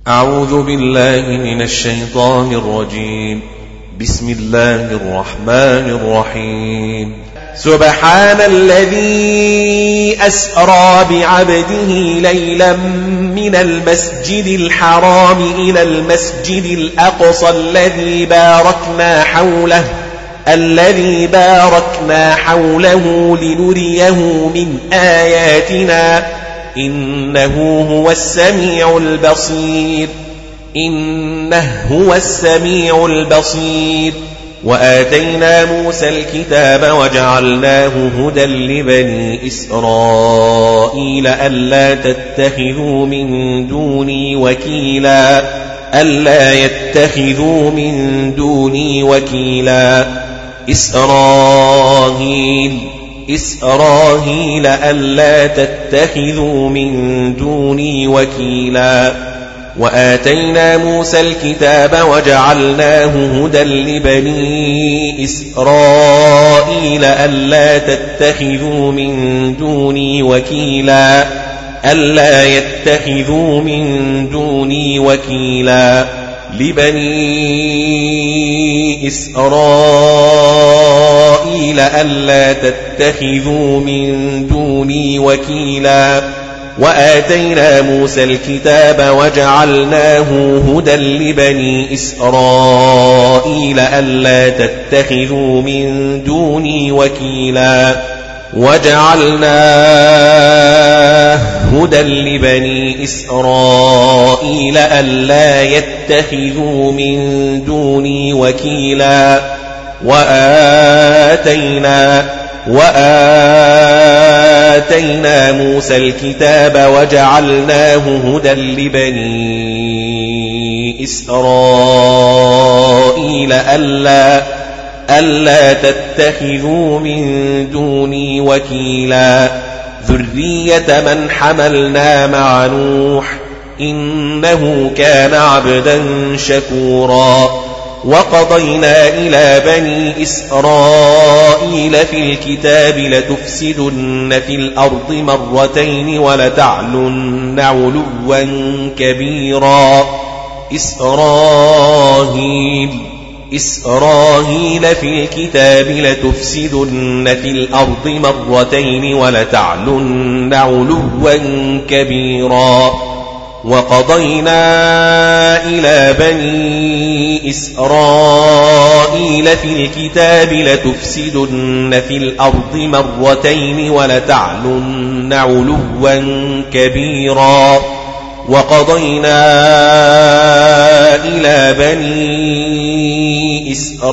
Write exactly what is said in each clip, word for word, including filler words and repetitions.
أعوذ بالله من الشيطان الرجيم. بسم الله الرحمن الرحيم. سبحان الذي أسرى بعبده ليلا من المسجد الحرام إلى المسجد الأقصى الذي باركنا حوله الذي باركنا حوله لنريه من آياتنا إنه هو السميع البصير إنه هو السميع البصير. وآتينا موسى الكتاب وجعلناه هدى لبني إسرائيل ألا تتخذوا من دوني وكيلا ألا يتخذوا من دوني وكيلا. إسرائيل إسرائيل ألا تتخذوا من دوني وكيلا. وآتينا موسى الكتاب وجعلناه هدى لبني إسرائيل ألا تتخذوا من دوني وكيلا ألا يتخذوا من دوني وكيلا. لبني إسرائيل ألا تتخذوا من دوني وكيلا. وآتينا موسى الكتاب وجعلناه هدى لبني إسرائيل ألا تتخذوا من دوني وكيلا. وجعلناه هدى لبني إسرائيل ألا يتخذوا من دوني وكيلا. وآتينا وآتينا موسى الكتاب وجعلناه هدى لبني إسرائيل ألا ألا تتخذوا من دوني وكيلا. ذرية من حملنا مع نوح إنه كان عبدا شكورا. وقضينا إلى بني إسرائيل في الكتاب لتفسدن في الأرض مرتين ولتعلن علوا كبيرا. إسرائيل إسرائيل في الكتاب لتفسدن في الأرض مرتين ولتعلن علوا كبيرا. وقضينا إلى بني إسرائيل في الكتاب لتفسدن في الأرض مرتين ولتعلن علوا كبيرا. وقضينا إلى بني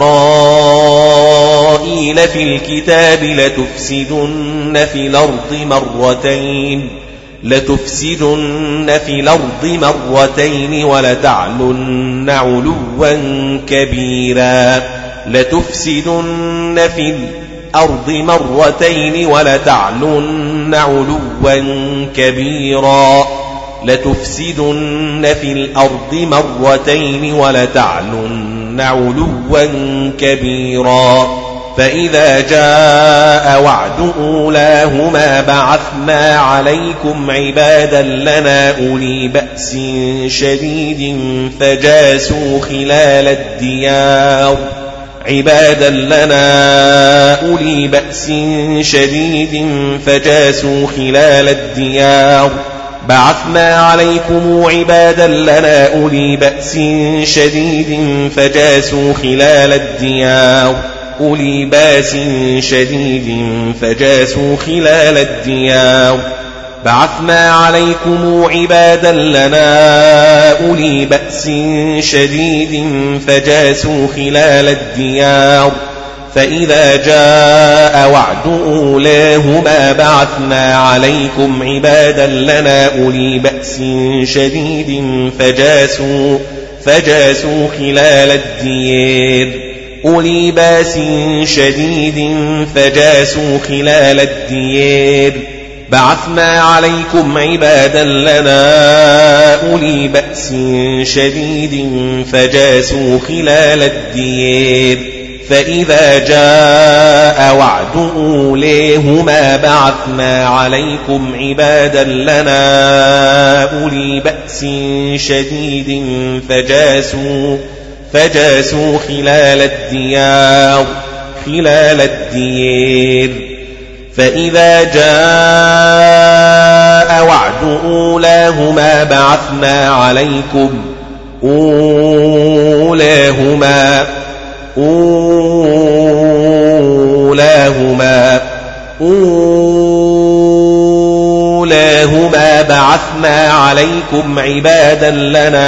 إسرائيل في الكتاب لتفسدن في الأرض مرتين لتفسدن في الأرض مرتين ولتعلن علوا كبيرا. لتفسدن في الأرض مرتين ولتعلن علوا كبيرا. لتفسدن في الأرض مرتين ولتعلن علوا كبيرا. فإذا جاء وعد أولاهما بعثنا عليكم عبادا لنا أولي بأس شديد فجاسوا خلال الديار عبادا لنا أولي بأس شديد فجاسوا خلال الديار. بعثنا عليكم عبادا لنا أولي بأس شديد فجاسوا خلال الديار أولي باس شديد فجاسوا خلال الديار. بعثنا عليكم عبادا لنا أولي بأس شديد فجاسوا خلال الديار. فإذا جاء وعد أولاهما بعثنا عليكم عبادا لنا أولي بأس شديد فجاسوا فجاسوا خلال الديار أولي باس شديد فجاسوا خلال الديار. بعثنا عليكم عبادا لنا أولي بأس شديد فجاسوا خلال الديار. فإذا جاء وعد أوليهما بعثنا عليكم عبادا لنا أولي بأس شديد فجاسوا فجاسوا خلال الديار خلال الدير فإذا جاء وعد أولاهما بعثنا عليكم أولاهما أولاهما أولاهما بعثنا عليكم عبادا لنا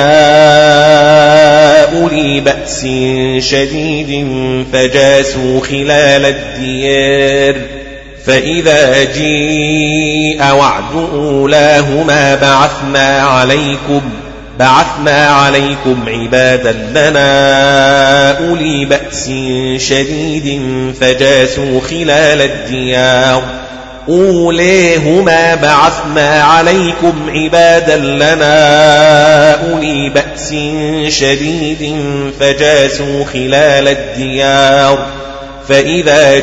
أولي بأس شديد فجاسوا خلال الديار فإذا جيء وعد أولاهما بعثنا عليكم بعثنا عليكم عبادا لنا أولي بأس شديد فجاسوا خلال الديار أوليهما بعثنا عليكم عبادا لنا أولي بأس شديد فجاسوا خلال الديار فإذا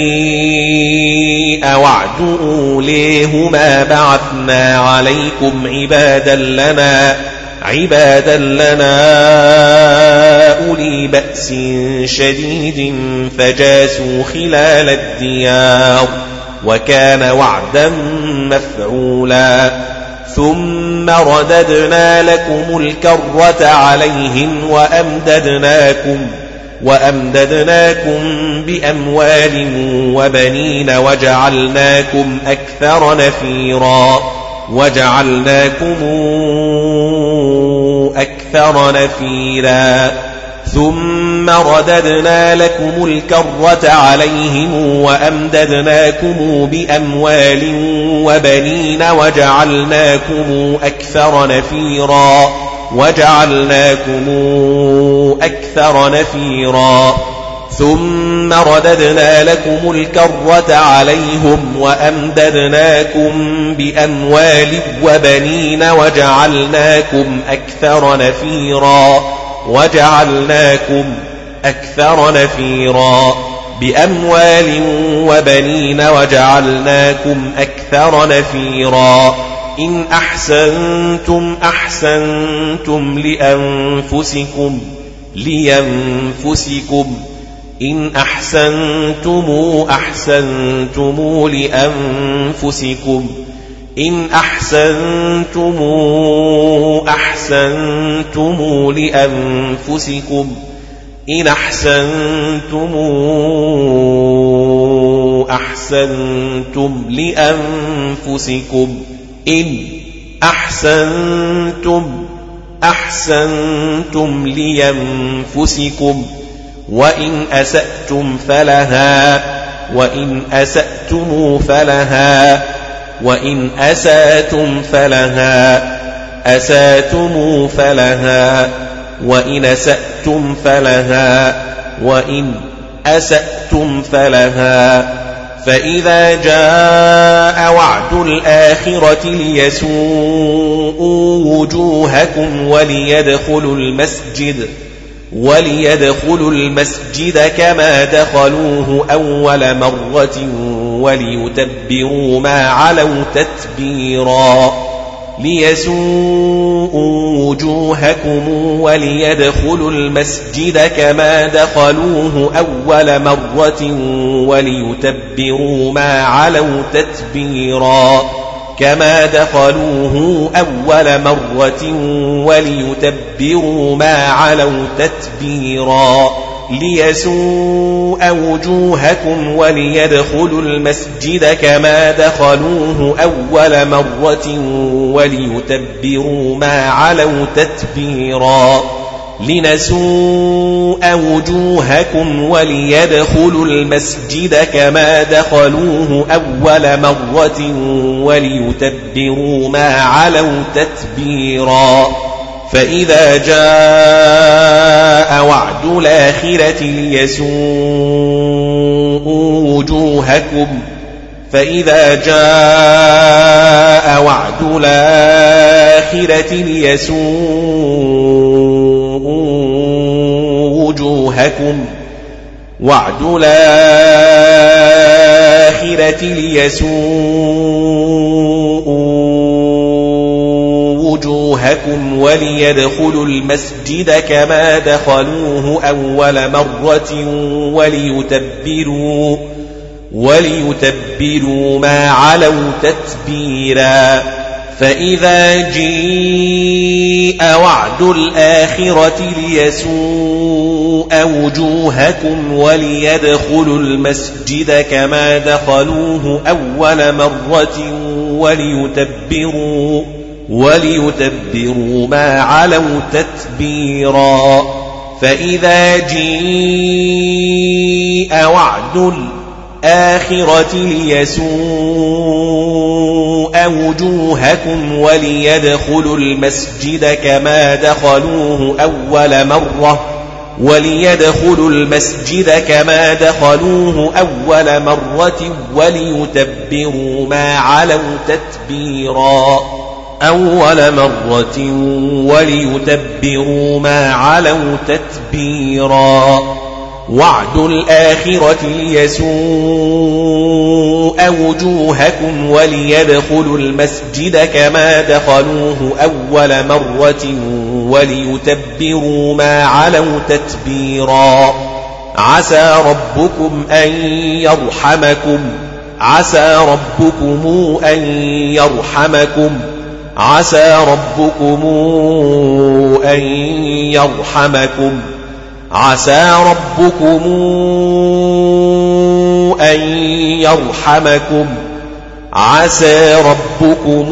جيء وعد أوليهما بعثنا عليكم عبادا لنا عبادا لنا أولي بأس شديد فجاسوا خلال الديار وكان وعدا مفعولا ثم رددنا لكم الكرة عليهم وأمددناكم وأمددناكم بأموال وبنين وجعلناكم أكثر نفيرا وجعلناكم أكثر نفيرا ثم رددنا لكم الكرة عليهم وأمددناكم بأموال وبنين وجعلناكم أكثر نفيرا وجعلناكم أكثر نفيرا ثم رددنا لكم الكرة عليهم وأمددناكم بأموال وبنين وجعلناكم أكثر نفيرا وجعلناكم أكثر نفيرا بأموال وبنين وجعلناكم أكثر نفيرا إن أحسنتم أحسنتم لأنفسكم لينفسكم إن أحسنتم أحسنتم لأنفسكم إن أحسنتم أحسنتم لأنفسكم إن أحسنتم أحسنتم لأنفسكم إن أحسنتم أحسنتم لينفسكم وإن أسأتم فلها وإن أسأتم فلها وإن أسأتم فلها أسأتم فلها وإن أسأتم فلها وإن أسأتم فلها فإذا جاء وعد الآخرة ليسوءوا وجوهكم وليدخلوا المسجد وليدخلوا المسجد كما دخلوه أول مرة وليتبروا ما علوا تتبيرا ليسوءوا وجوهكم وليدخلوا المسجد كما دخلوه أول مرة وليتبروا ما علوا تتبيرا كما دخلوه أول مرة وليتبروا ما علوا تتبيرا ليسوء وجوهكم وليدخلوا المسجد كما دخلوه أول مرة وليتبروا ما علوا تتبيرا لنسوء وجوهكم وليدخلوا المسجد كما دخلوه أول مرة وليتبروا ما علوا تتبيرا فإذا جاء وعد الآخرة ليسوءوا وجوهكم فإذا جاء وعد الآخرة ليسوءوا وجوهكم وعد الآخرة ليسوءوا وجوهكم وليدخلوا المسجد كما دخلوه أول مرة وليتبروا وليتبروا ما علوا تتبيرا فإذا جيء وعد الآخرة ليسوء وجوهكم وليدخلوا المسجد كما دخلوه أول مرة وليتبروا وليتبروا ما علوا تتبيرا فإذا جيء وعد الآخرة ليسوء وجوهكم وليدخلوا المسجد كما دخلوه أول مرة وليدخلوا المسجد كما دخلوه أول مرة وليتبروا ما علوا تتبيرا أول مرة وليتبروا ما علوا تتبيرا وعد الآخرة ليسوء وجوهكم وليدخلوا المسجد كما دخلوه أول مرة وليتبروا ما علوا تتبيرا عسى ربكم أن يرحمكم عسى ربكم أن يرحمكم عسى ربكم أن يرحمكم عسى ربكم أن يرحمكم عسى ربكم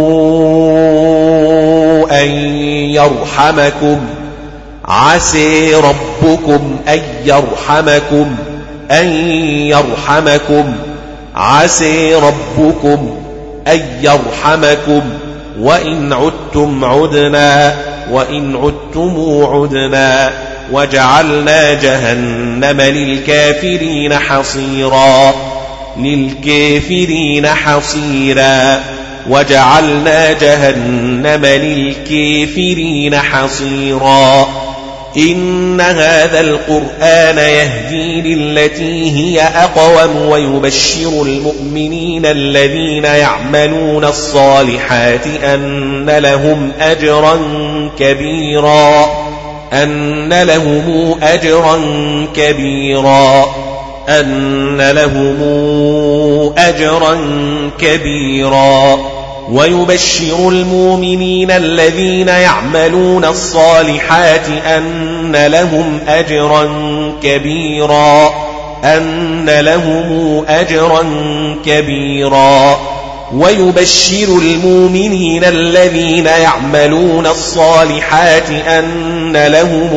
أن يرحمكم عسى ربكم أن يرحمكم أن يرحمكم عسى ربكم أن يرحمكم وإن عدتم عدنا وإن عدتم عدنا وجعلنا جهنم للكافرين حصيرا للكافرين حصيرا وجعلنا جهنم للكافرين حصيرا إن هذا القرآن يهدي للتي هي أقوم ويبشر المؤمنين الذين يعملون الصالحات أن لهم أجرا كبيرا أن لهم أجرا كبيرا أن لهم أجرا كبيرا ويبشر المؤمنين الذين يعملون الصالحات أن لهم أجرا كبيرا أن لهم أجرا كبيرا ويبشر المؤمنين الذين يعملون الصالحات أن لهم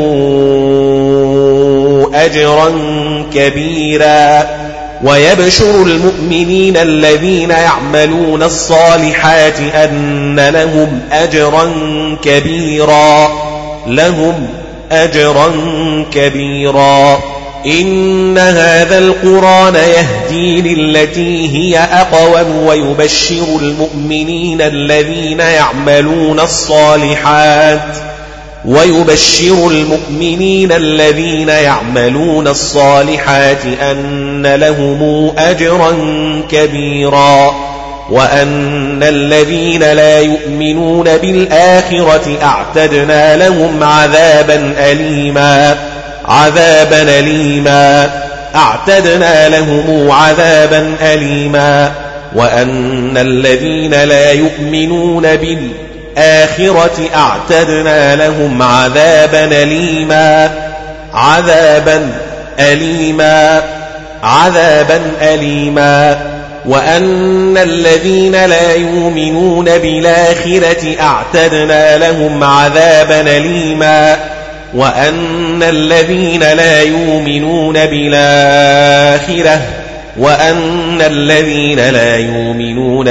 أجرا كبيرا ويبشر المؤمنين الذين يعملون الصالحات أن لهم أجرا كبيرا لهم أجرا كبيرا إن هذا القرآن يهدي للتي هي أقوم ويبشر المؤمنين الذين يعملون الصالحات ويبشر المؤمنين الذين يعملون الصالحات أن لهم أجرا كبيرا وأن الذين لا يؤمنون بالآخرة أعتدنا لهم عذابا أليما عذابا أليما أعتدنا لهم عذابا أليما وأن الذين لا يؤمنون بالآخرة أعتدنا لهم عذابا أليما عذابا أليما عذابا أليما وأن الذين لا يؤمنون بالآخرة أعتدنا لهم عذابا أليما وأن الذين لا يؤمنون بالآخرة وأن الذين لا يؤمنون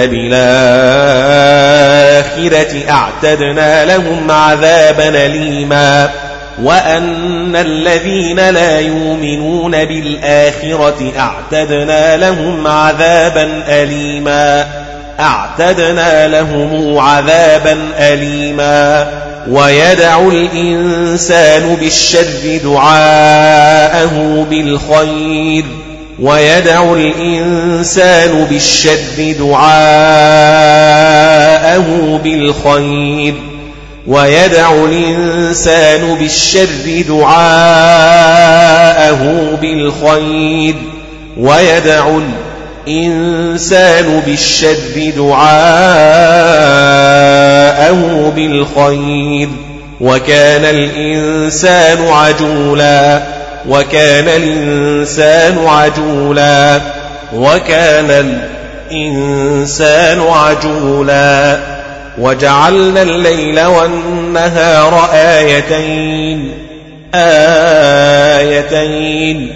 بالآخرة أعتدنا لهم عذابا أليما وأن الذين لا يؤمنون بالآخرة أعتدنا لهم عذابا أليما أعتدنا لهم عذابا أليما ويدع الإنسان بالشر دعاءه بالخير ويدع الإنسان بالشر دعاءه بالخير ويدع الإنسان بالشر دعاءه بالخير ويدع الإنسان بالشر دعاءه بالخير وكان الإنسان عجولا وكان الإنسان عجولا وكان الإنسان عجولا وجعلنا الليل والنهار آيتين آيتين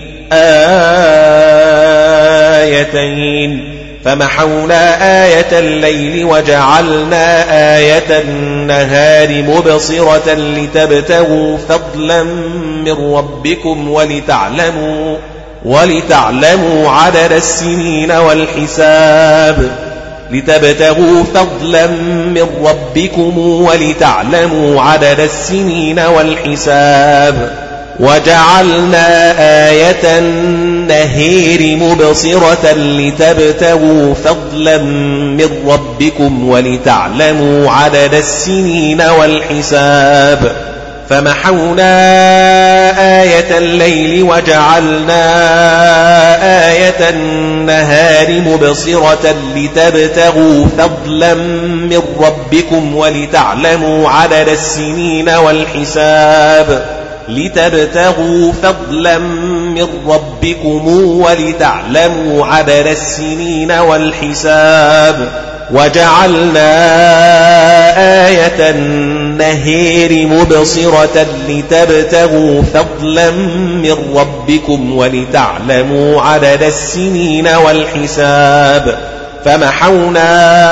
آيتين فمحونا آية الليل وجعلنا آية النهار مبصرة لتبتغوا فضلا من ربكم ولتعلموا ولتعلموا عدد السنين والحساب لتبتغوا فضلا من ربكم ولتعلموا عدد السنين والحساب وجعلنا آية النهار مبصرة لتبتغوا فضلا من ربكم ولتعلموا عدد السنين والحساب فمحونا آية الليل وجعلنا آية النهار مبصرة لتبتغوا فضلا من ربكم ولتعلموا عدد السنين والحساب لتبتغوا فضلا من ربكم ولتعلموا عدد السنين والحساب وجعلنا آية النهار مبصرة لتبتغوا فضلا من ربكم ولتعلموا عدد السنين والحساب فمحونا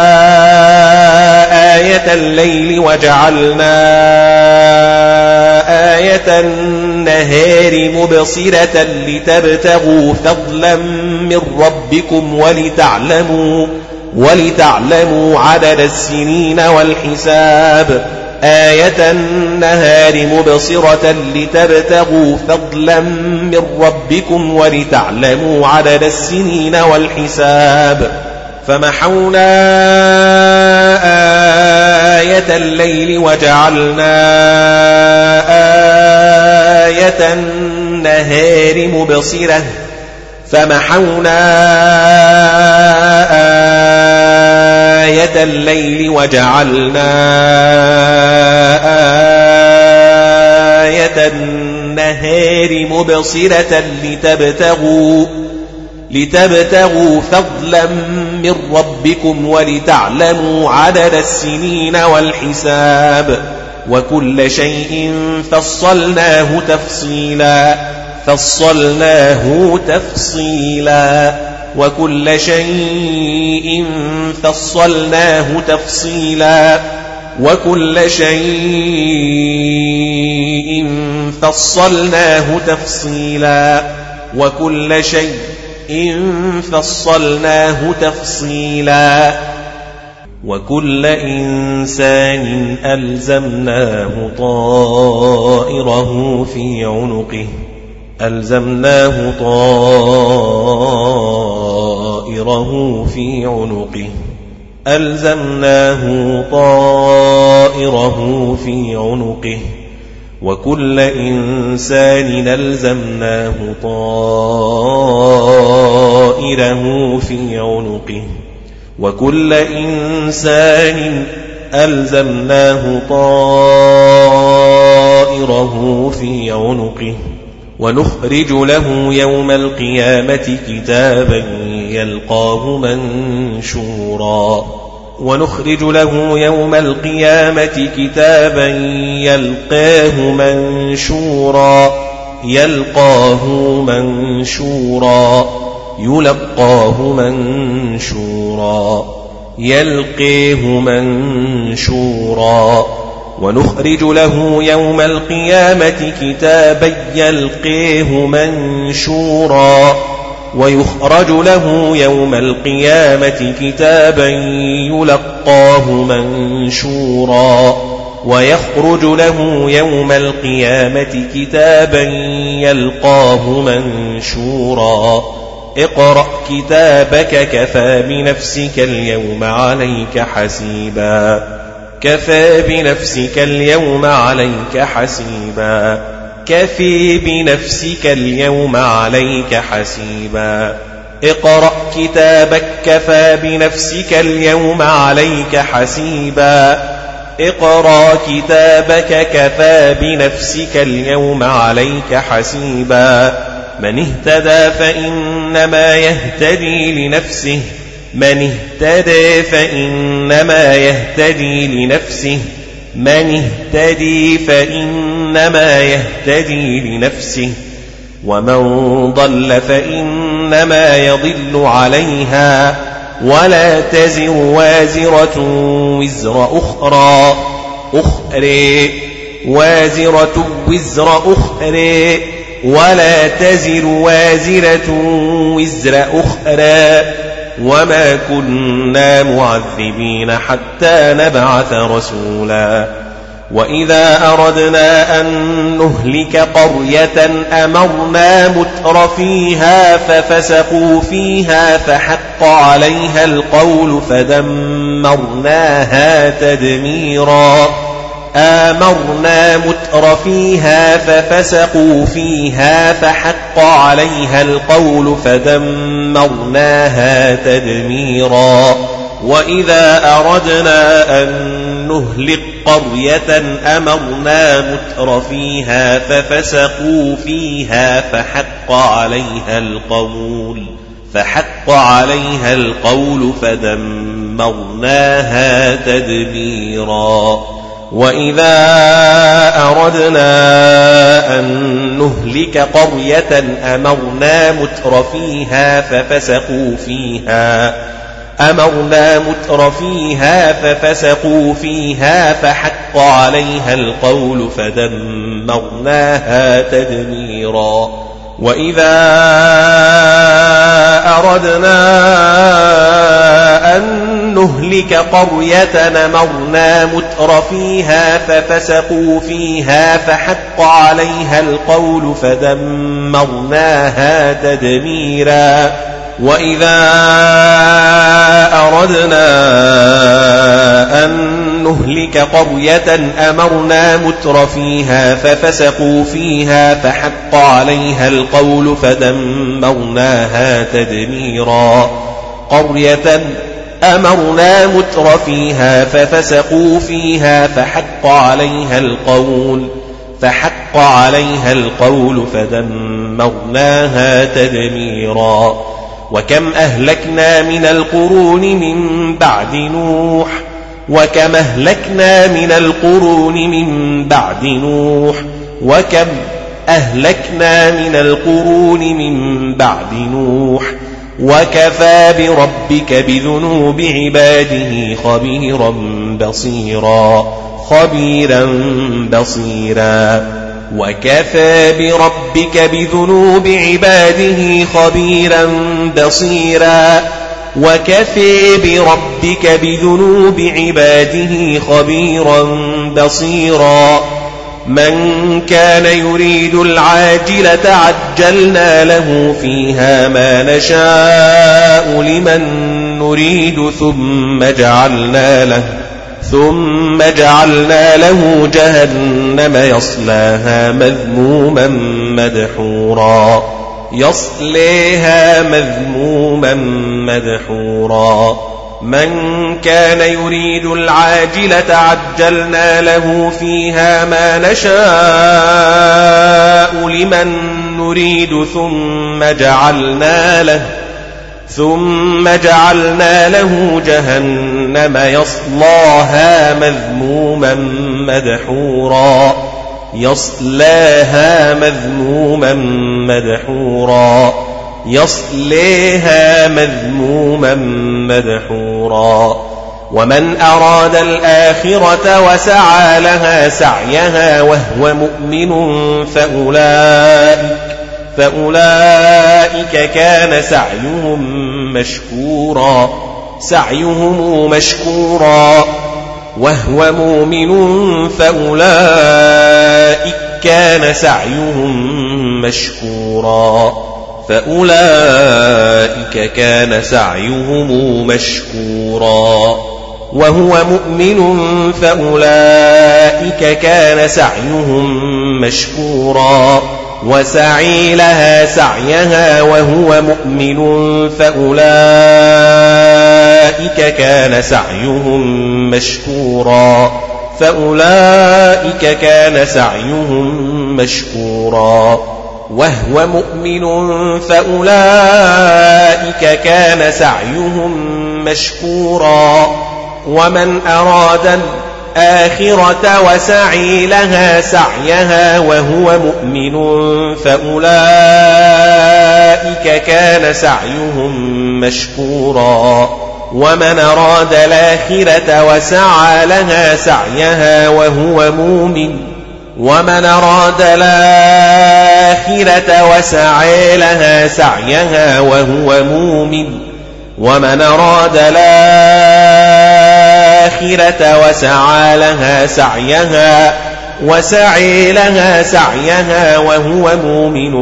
آية الليل وجعلنا آية النهار مبصرة لتبتغوا فضلا من ربكم ولتعلموا ولتعلموا عدد السنين والحساب آية النهار مبصرة لتبتغوا فضلا من ربكم ولتعلموا عدد السنين والحساب فمحونا آية الليل وجعلنا آية النهار مبصرة فمحونا آية الليل وجعلنا آية النهار مبصرة لتبتغوا لتبتغوا فضلا من ربكم ولتعلموا عدد السنين والحساب وكل شيء فصلناه تفصيلا فصلناه تفصيلا وكل شيء فصلناه تفصيلا وكل شيء فصلناه تفصيلا وكل شيء فصلناه تفصيلا وكل إنسان ألزمناه طائره في عنقه ألزمناه طائره في عنقه ألزمناه طائره في عنقه وكل إنسان ألزمناه طائره في عنقه وكل إنسان ألزمناه طائره في عنقه ونخرج له يوم القيامة كتابا يلقاه منشورا ونخرج له يوم القيامة كتابا يلقاه منشورا يلقاه منشورا يلقاه منشورا يلقيه منشورا ونخرج له يوم القيامة كتابا يلقيه منشورا ويخرج له يوم القيامة كتابا يلقاه منشورا ويخرج له يوم القيامة كتابا يلقاه منشورا اقرأ كتابك كفى بنفسك اليوم عليك حسيبا كفى بنفسك اليوم عليك حسيبا كفي بنفسك اليوم عليك حسيبا اقرأ كتابك كفى بنفسك اليوم عليك حسيبا اقرأ كتابك كفى بنفسك اليوم عليك حسيبا من اهتدى فإنما يهتدي لنفسه من اهتدى فإنما يهتدي لنفسه من اهتدي فإنما يهتدي لنفسه ومن ضل فإنما يضل عليها ولا تزر وازرة وزر أخرى أخرى وازرة وزر أخرى ولا تزر وازرة وزر أخرى وما كنا معذبين حتى نبعث رسولا وإذا أردنا أن نهلك قرية أمرنا متر فيها ففسقوا فيها فحق عليها القول فدمرناها تدميرا آمرنا متر فيها ففسقوا فيها فحق عليها القول فدمرناها تدميرا وإذا أردنا أن نهلك قرية أمرنا متر فيها ففسقوا فيها فحق عليها القول فحق عليها القول فدمرناها تدميرا وإذا أردنا أن نهلك قرية أمرنا متر فيها ففسقوا فيها أمرنا متر فيها ففسقوا فيها فحق عليها القول فدمرناها تدميرا وإذا أردنا أن نهلك قرية أمرنا متر فيها ففسقوا فيها فحق عليها القول فدمرناها تدميرا وإذا أردنا أن نهلك قرية أمرنا متر فيها ففسقوا فيها فحق عليها القول فدمرناها تدميرا قرية أمرنا متر فيها ففسقوا فيها فحق عليها القول فحق عليها القول فدمرناها تدميرا وكم أهلكنا من القرون من بعد نوح وكم أهلكنا من القرون من بعد نوح وكم أهلكنا من القرون من بعد نوح وكفى بربك بذنوب عباده خبيرا بصيرا خبيرا بصيرا وكفى بربك بذنوب عباده خبيرا بصيرا وكفى بربك بذنوب عباده خبيرا بصيرا من كان يريد العاجلة عجلنا له فيها ما نشاء لمن نريد ثم جعلنا له ثم جعلنا له جهنم يصلاها مذموما مدحورا يصليها مذموما مدحورا من كان يريد العاجلة عجلنا له فيها ما نشاء لمن نريد ثم جعلنا له ثم جعلنا له جهنم يصلاها مذموما مدحورا يصلاها مذموما مدحورا يصليها مذموما مدحورا ومن أراد الآخرة وسعى لها سعيها وهو مؤمن فأولئك فأولئك كان سعيهم مشكورا سعيهم مشكورا وهو مؤمن فأولئك كان سعيهم مشكورا فأولئك كان سعيهم مشكورا وهو مؤمن فأولئك كان سعيهم مشكورا وسعي لها سعيها وهو مؤمن فأولئك كان سعيهم مشكورا فأولئك كان سعيهم مشكورا وهو مؤمن فأولئك كان سعيهم مشكورا ومن أراد الآخرة وسعي لها سعيها وهو مؤمن فأولئك كان سعيهم مشكورا ومن أراد الآخرة وسعى لها سعيها وهو مؤمن ومن أراد الآخرة وسعى لها سعيها وهو مؤمن ومن أراد الآخرة وسعى لها سعيها وسعي لها سعيها وهو مؤمن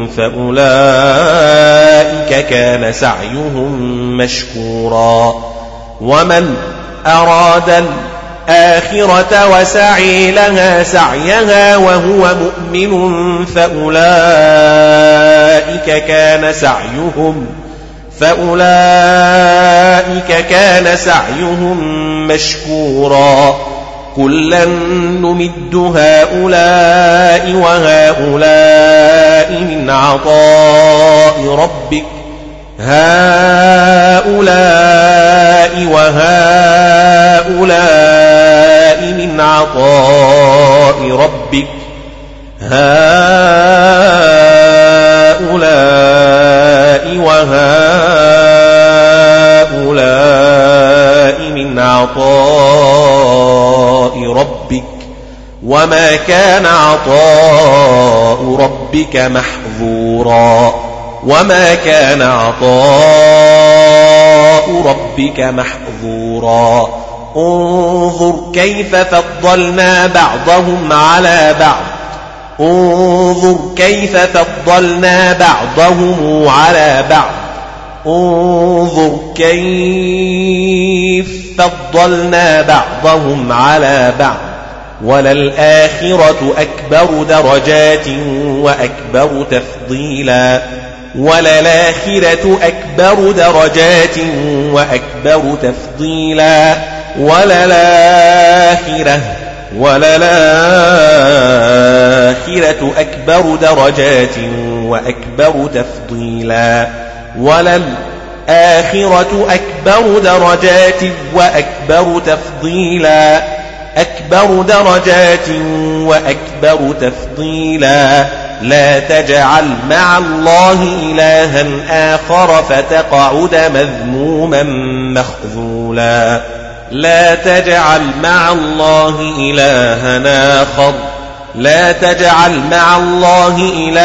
فأولئك كان سعيهم مشكورا ومن أراد الآخرة وسعي لها سعيها وهو مؤمن فأولئك كان سعيهم فأولئك كان سعيهم مشكورا كلا نمد هؤلاء وهؤلاء من عطاء ربك هؤلاء وهؤلاء من عطاء ربك هؤلاء وهؤلاء من عطاء ربك وما كان عطاء ربك محظورا وما كان عطاء ربك محظورا انظر كيف فضلنا بعضهم على بعض انظر كيف فضلنا بعضهم على بعض انظر كيف فضلنا بعضهم على بعض وللآخرة أكبر درجات وأكبر تفضيلا وللآخرة أكبر درجات وأكبر تفضيلا وللآخرة وللآخرة أكبر درجات وأكبر تفضيلا وللآخرة أكبر درجات وأكبر تفضيلا أكبر درجات وأكبر تفضيلا لا تجعل مع الله إلها آخر فتقعد مذموما مخذولا لا تجعل مع الله إلها آخر لا تجعل مع الله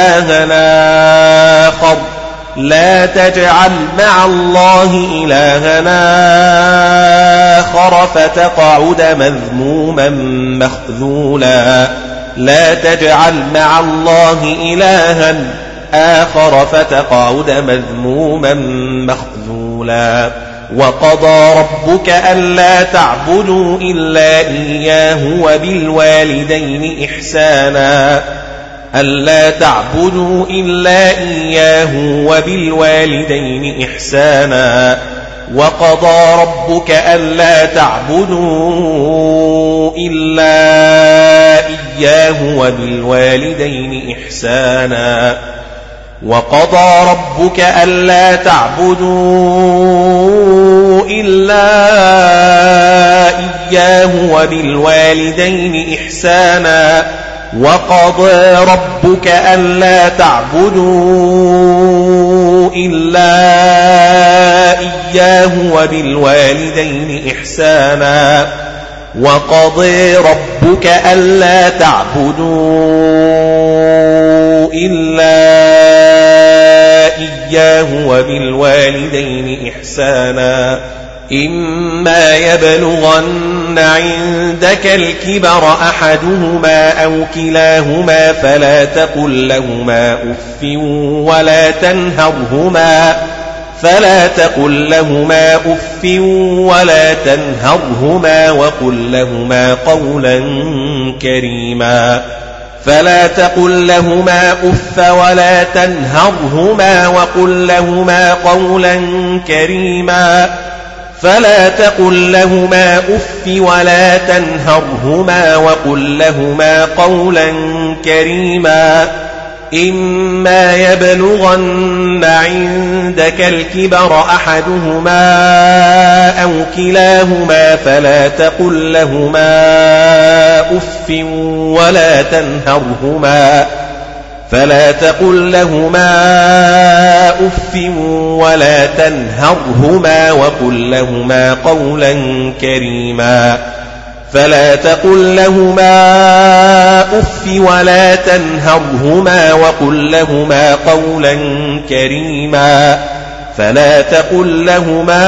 إلها آخر لا تجعل مع الله إلها آخر فتقعد مذموما مخذولا لا تجعل مع الله إلها آخر فتقعد مذموما مخذولا وقضى ربك ألا تعبدوا إلا إياه وبالوالدين إحسانا ألا تعبدوا إلا إياه وبالوالدين إحسانا وقضى ربك ألا تعبدوا إلا إياه وبالوالدين إحسانا وقضى ربك ألا تعبدوا إلا إياه وبالوالدين إحسانا وقضى ربك ألا تعبدوا إلا إياه وبالوالدين إحسانا وقضى ربك ألا تعبدوا إلا إياه وبالوالدين إحسانا إما يبلغن عندك الكبر أحدهما أو كلاهما فلا تقل لهما أف ولا تنهرهما فلا تقل لهما أف ولا تنهرهما وقل لهما قولا كريما فلا تقل لهما أف ولا تنهرهما وقل لهما قولا كريما فلا تقل لهما أف ولا تنهرهما وقل لهما قولا كريما إما يبلغن عندك الكبر أحدهما أو كلاهما فلا تقل لهما أف ولا تنهرهما فلا تقل لهما أف ولا تنهرهما وقل لهما قولا كريما فلا تقل لهما أف ولا تنهرهما وقل لهما قولا كريما فلا تقل لهما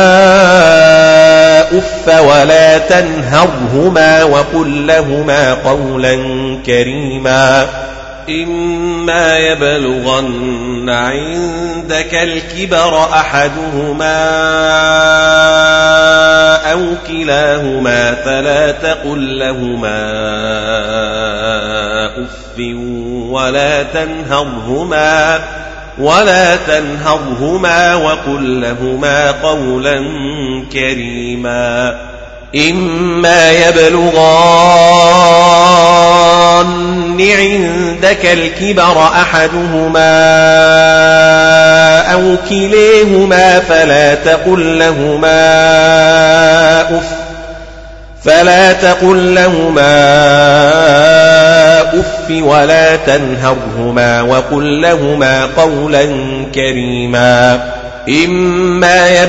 أف ولا تنهرهما وقل لهما قولا كريما إما يبلغن عندك الكبر أحدهما أو كلاهما فلا تقل لهما أف ولا تنهرهما ولا تنهرهما وقل لهما قولا كريما إما يبلغن عندك الكبر أحدهما أو كليهما فلا تقل لهما أف فلا تقل لهما أف ولا تنهرهما وقل لهما قولا كريما إما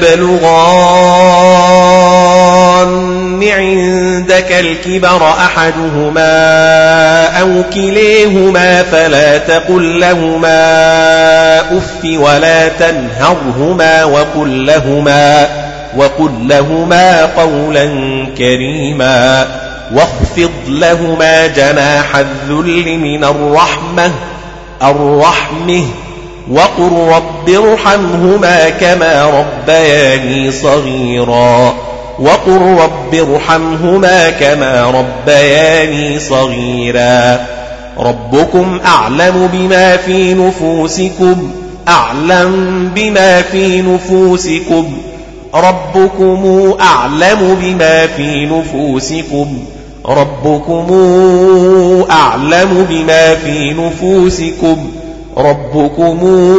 يبلغن عندك الكبر أحدهما أو كليهما فلا تقل لهما أف ولا تنهرهما وقل لهما وقل لهما قولا كريما واخفض لهما جناح الذل من الرحمة الرحمة وقل رب ارحمهما كما ربياني صغيرا وقل رب ارحمهما كما ربياني صغيرا ربكم أعلم بما في نفوسكم أعلم بما في نفوسكم ربكم أعلم بما في نفوسكم ربكم أعلم بما في نفوسكم ربكم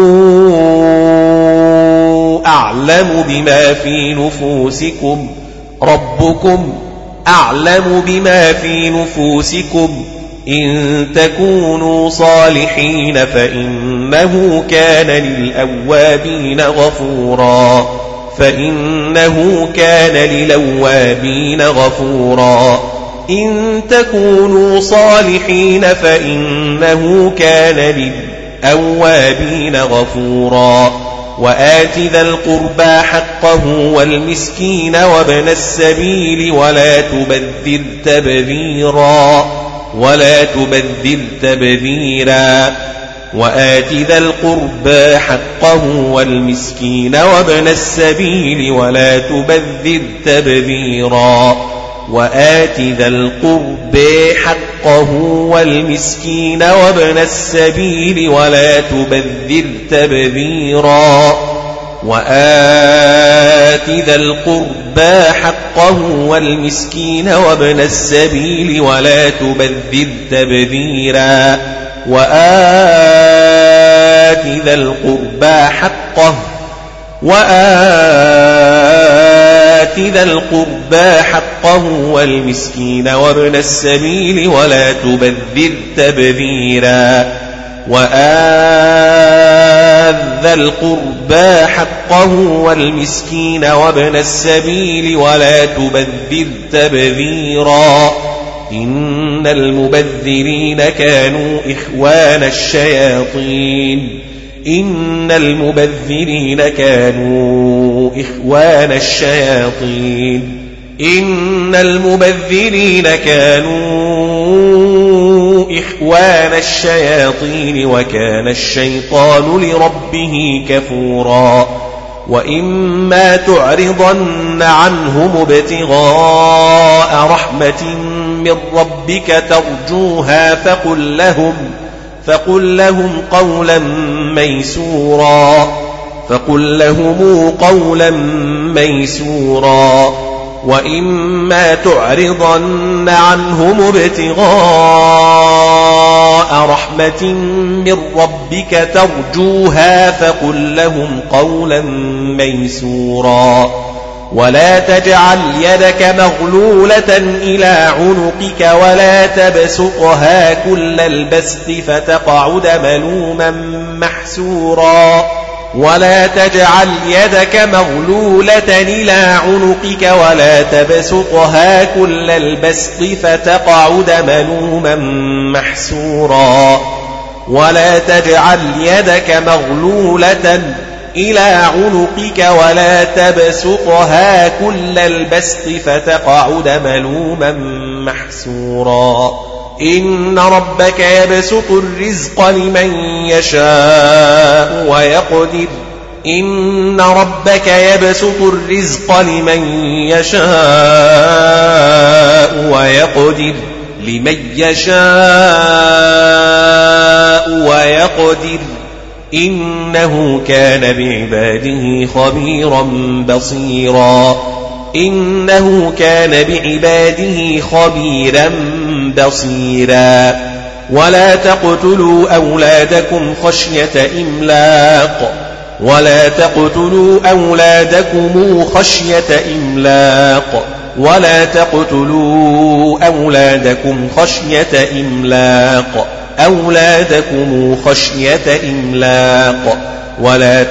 أعلم بما في نفوسكم ربكم أعلم بما في نفوسكم إن تكونوا صالحين فإنه كان للأوابين غفورا فإنه كان للأوابين غفورا إن تكونوا صالحين فإنه كان للأوابين غفورا وآت ذا القربى حقه والمسكين وابن السبيل ولا تبذر تبذيرا ولا تبذر تبذيرا وآت ذا القربى حقه والمسكين وابن السبيل ولا تبذر تبذيرا وآت ذا القربى حقه والمسكين وابن السبيل ولا تبذر تبذيرا وآت ذا القربى حقه والمسكين وابن السبيل ولا تبذر تبذيرا وآت ذا القربى حقه وآت ذا القربى حقه والمسكين وابن السبيل ولا تبذر تبذيرا وآت ذا القربى حقه والمسكين وابن السبيل ولا تبذر تبذيرا إن المبذرين كانوا إخوان الشياطين إن المبذرين كانوا إخوان الشياطين إن المبذرين كانوا إخوان الشياطين وكان الشيطان لربه كفورا وإما تعرضن عنهم ابتغاء رحمة من ربك ترجوها فقل لهم فقل لهم قولا ميسورا فقل لهم قولا ميسورا وإما تعرضن عنهم ابتغاء رحمة من ربك ترجوها فقل لهم قولا ميسورا ولا تجعل يدك مغلولة إلى عنقك ولا تبسطها كل البسط فتقعد ملوما محسورا ولا تجعل يدك مغلولة إلى عنقك ولا تبسطها كل البسط فتقعد ملوما محسورا ولا تجعل يدك مغلولة إلى عنقك ولا تبسطها كل البسط فتقعد ملوما محسورا إن ربك يبسط الرزق لمن يشاء ويقدر إن ربك يبسط الرزق لمن يشاء ويقدر لمن يشاء ويقدر إنه كان بعباده خبيرا بصيرا إنه كان بعباده خبيرا بصيرا ولا تقتلوا أولادكم خشية إملاق ولا تقتلوا أولادكم خشية إملاق ولا تقتلوا أولادكم خشية إملاق أولادكم خشية إملاق ولا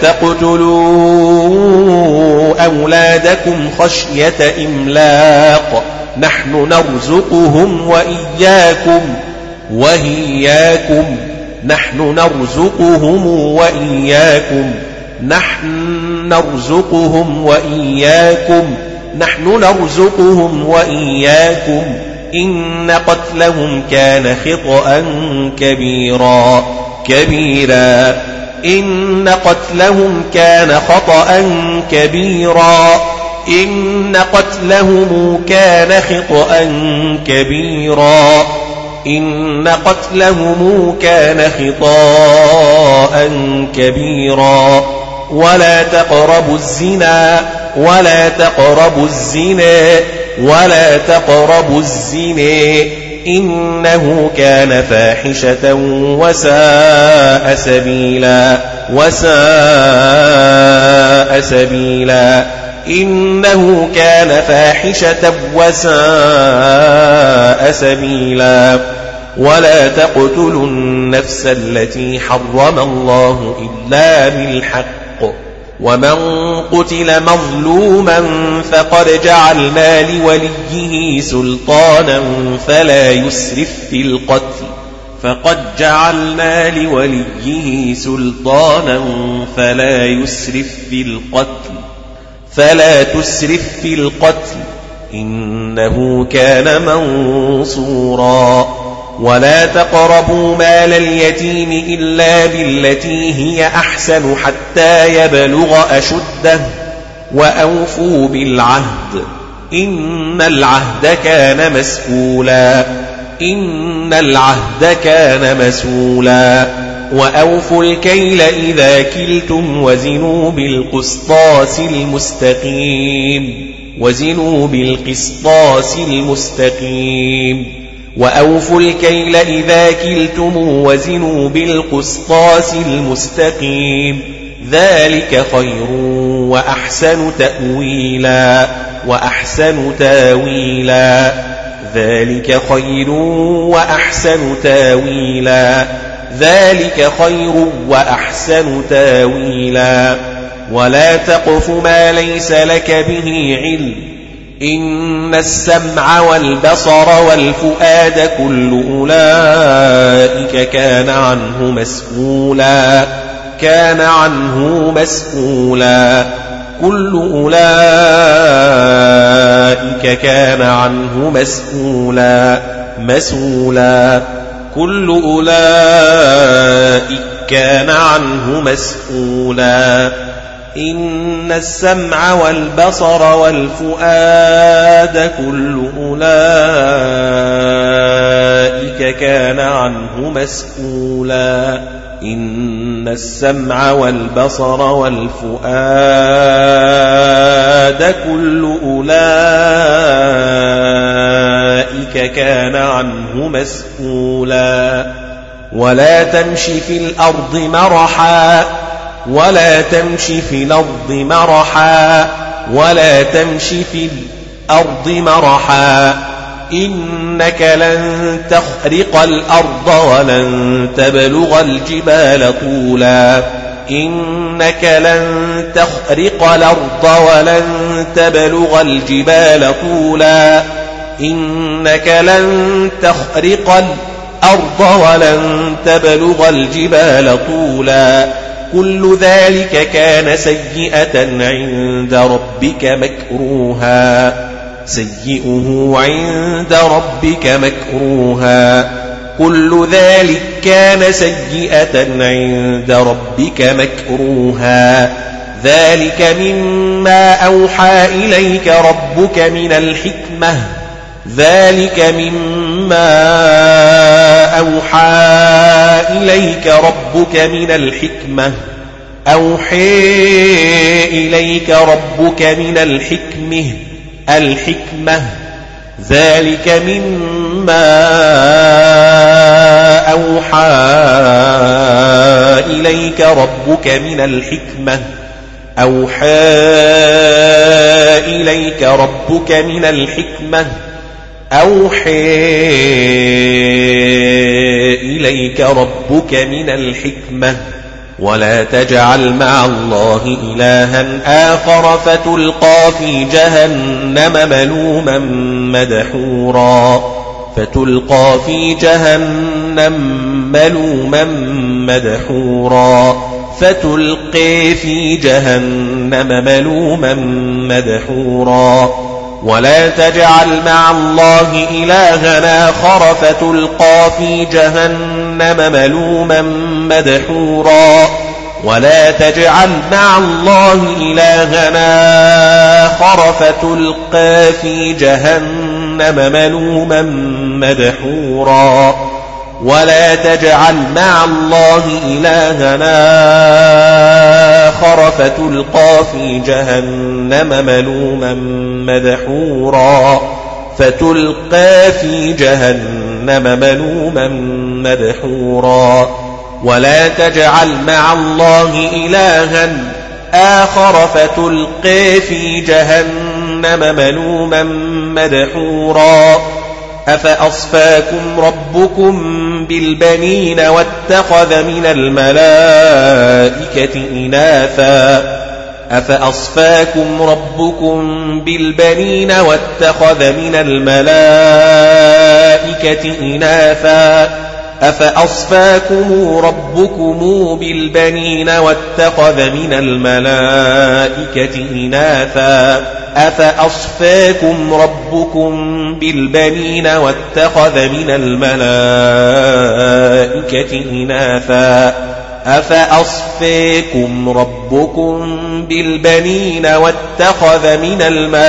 تقتلوا أولادكم خشية إملاق نحن نرزقهم وإياكم وإياكم نحن نرزقهم وإياكم نحن نرزقهم وإياكم نحن نرزقهم وإياكم إن قتلهم كان خطأ كبيرا كبيرا إن قتلهم كان خطأ كبيرا إن قتلهم كان خطأ كبيرا إن قتلهم كان خطأ كبيرا ولا تقربوا الزنا ولا تقربوا الزنا ولا تقربوا الزنا إنه كان فاحشة وساء سبيلا وساء سبيلا إنه كان فاحشة وساء سبيلا ولا تقتلوا النفس التي حرم الله إلا بالحق ومن قتل مظلوما فقد جعلنا لوليه سلطانا فلا يسرف في القتل فقد جعلنا لوليه سلطانا فلا يسرف في القتل فلا تسرف في القتل إنه كان منصورا ولا تقربوا مال اليتيم إلا بالتي هي أحسن حتى يبلغ أشده وأوفوا بالعهد إن العهد كان مسؤولا إن العهد كان مسؤولا وأوفوا الكيل إذا كلتم وزنوا بالقسطاس المستقيم وزنوا بالقسطاس المستقيم وأوفوا الكيل إذا كلتم وزنوا بالقسطاس المستقيم ذلك خير وأحسن تأويلا وأحسن تاويلا ذلك خير وأحسن تاويلا ذلك خير وأحسن تاويلا ولا تقف ما ليس لك به علم إن السمع والبصر والفؤاد كل أولئك كان عنه مسؤولا كان عنه مسؤولا كل أولئك كان عنه مسؤولا مسؤولا كل أولئك كان عنه مسؤولا إن السمع والبصر والفؤاد كل أولئك كان عنه مسؤولا إن السمع والبصر والفؤاد كل أولئك كان عنه مسؤولا ولا تمش في الأرض مرحا ولا تمش في الأرض مرحا ولا تمش في الأرض مرحا إنك لن تخرق الأرض ولن تبلغ الجبال طولا إنك لن تخرق الأرض ولن تبلغ الجبال طولا إنك لن تخرق الأرض ولن تبلغ الجبال طولا كل ذلك كان سيئة عند ربك مكروها سيئه عند ربك مكروها كل ذلك كان سيئة عند ربك مكروها ذلك مما أوحى إليك ربك من الحكمة ذلك مما أوحى إليك ربك من الحكمة أوحي إليك ربك من الحكمة الحكمة ذلك مما أوحى إليك ربك من الحكمة أوحى إليك ربك من الحكمة أوحي إليك ربك من الحكمة ولا تجعل مع الله إلها آخر فتلقى في جهنم ملوما مدحورا فتلقى في جهنم ملوما مدحورا فتلقي في جهنم ملوما مدحورا ولا تجعل مع الله إلها آخر فتلقى في جهنم ملوما مدحورا ولا تجعل مع الله إلها آخر فتلقى في جهنم ملوما مدحورا ولا تجعل مع الله إلها آخر فتلقى في جهنم ملوما مدحورا فتلقى في جهنم ملوما مدحورا ولا تجعل مع الله إلها آخر فتلقى في جهنم ملوما مدحورا أفأصفاكم ربكم بالبنين واتخذ من الملائكة إناثا أفأصفاكم ربكم بالبنين واتخذ من الملائكة إناثا أفأصفاكم ربكم بالبنين واتخذ من الملائكة إناثا أفأصفاكم ربكم بالبنين واتخذ من الملائكة إناثا أفأصفاكم ربكم بالبنين واتخذ من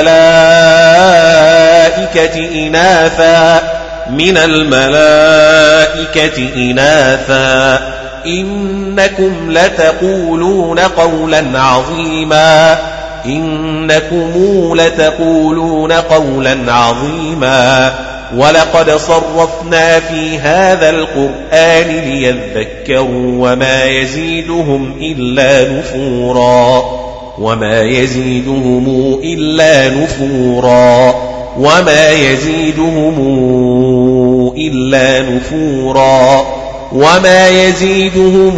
الملائكة إناثا من الملائكة إناثا إنكم لتقولون قولا عظيما إنكم لتقولون قولا عظيما ولقد صرفنا في هذا القرآن ليذكروا وما يزيدهم إلا نفورا وما يزيدهم إلا نفورا وما يزيدهم إلا نفورا وما يزيدهم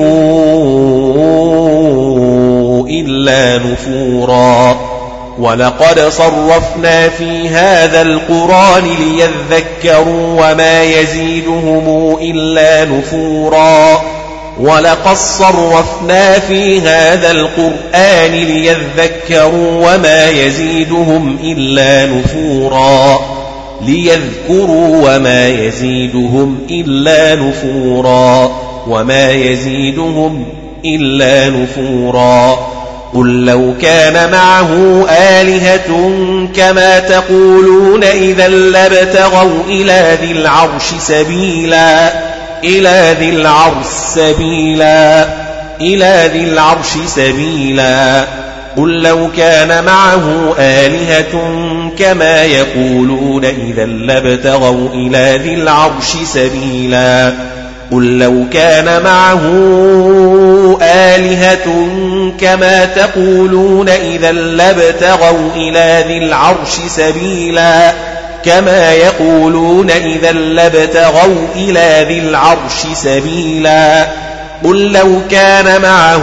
إلا نفورا ولقد صرفنا في هذا القرآن ليذكروا وما يزيدهم إلا نفورا ولقد صرفنا في هذا القرآن ليذكروا وما يزيدهم إلا نفورا ليذكروا وما يزيدهم إلا نفورا وما يزيدهم إلا نفورا قل لو كان معه آلهة كما تقولون إذا لابتغوا إلى ذي العرش سبيلا إلى ذي العرش سبيلا إلى ذي العرش سبيلا قل لو كان معه آلهة كما يقولون إذا لابتغوا إلى ذي العرش سبيلا قل لو كان معه آلهة كما تقولون إذا لابتغوا إلى ذي العرش سبيلا كما يقولون إذا لابتغوا إلى ذي العرش سبيلا قل لو كان معه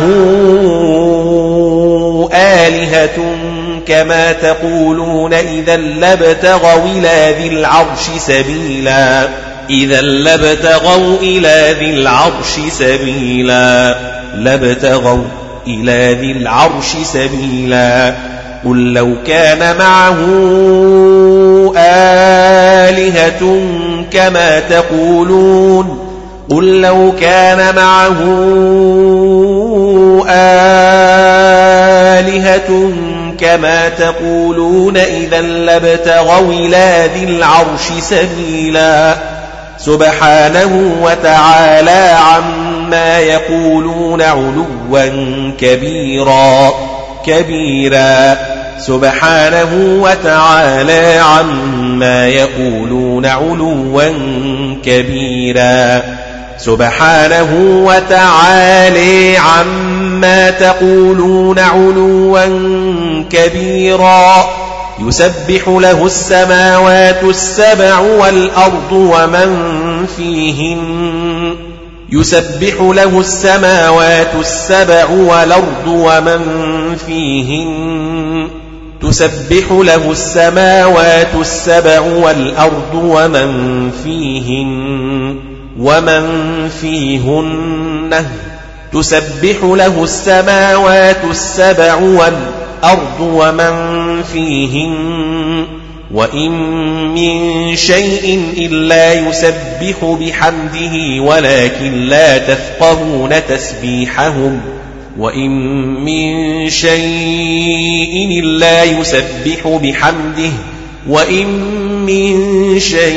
آلهة كما تقولون إذا لابتغوا إلى ذي العرش سبيلا إذا لابتغوا إلى ذي العرش سبيلا لابتغوا إلى ذي العرش سبيلا قل لو كان معه آلهة كما تقولون قل لو كان معه آلهة كما تقولون إذا لابتغوا إلى ذي العرش سبيلا سبحانه وتعالى عما يقولون علوا كبيرا كبيرا سبحانه وتعالى عما يقولون علوا كبيرا سبحانه وتعالى عما تقولون علوا كبيرا يسبح له السماوات السبع والأرض ومن فيهن يسبح له السماوات السبع والأرض ومن فيهن تسبح له السماوات السبع والأرض ومن فيهن ومن فيهن تسبح له السماوات السبع والأرض ومن فيهن وإن من شيء إلا يسبح بحمده ولكن لا تفقهون تسبيحهم وإن من شيء إلا يسبح بحمده وإن من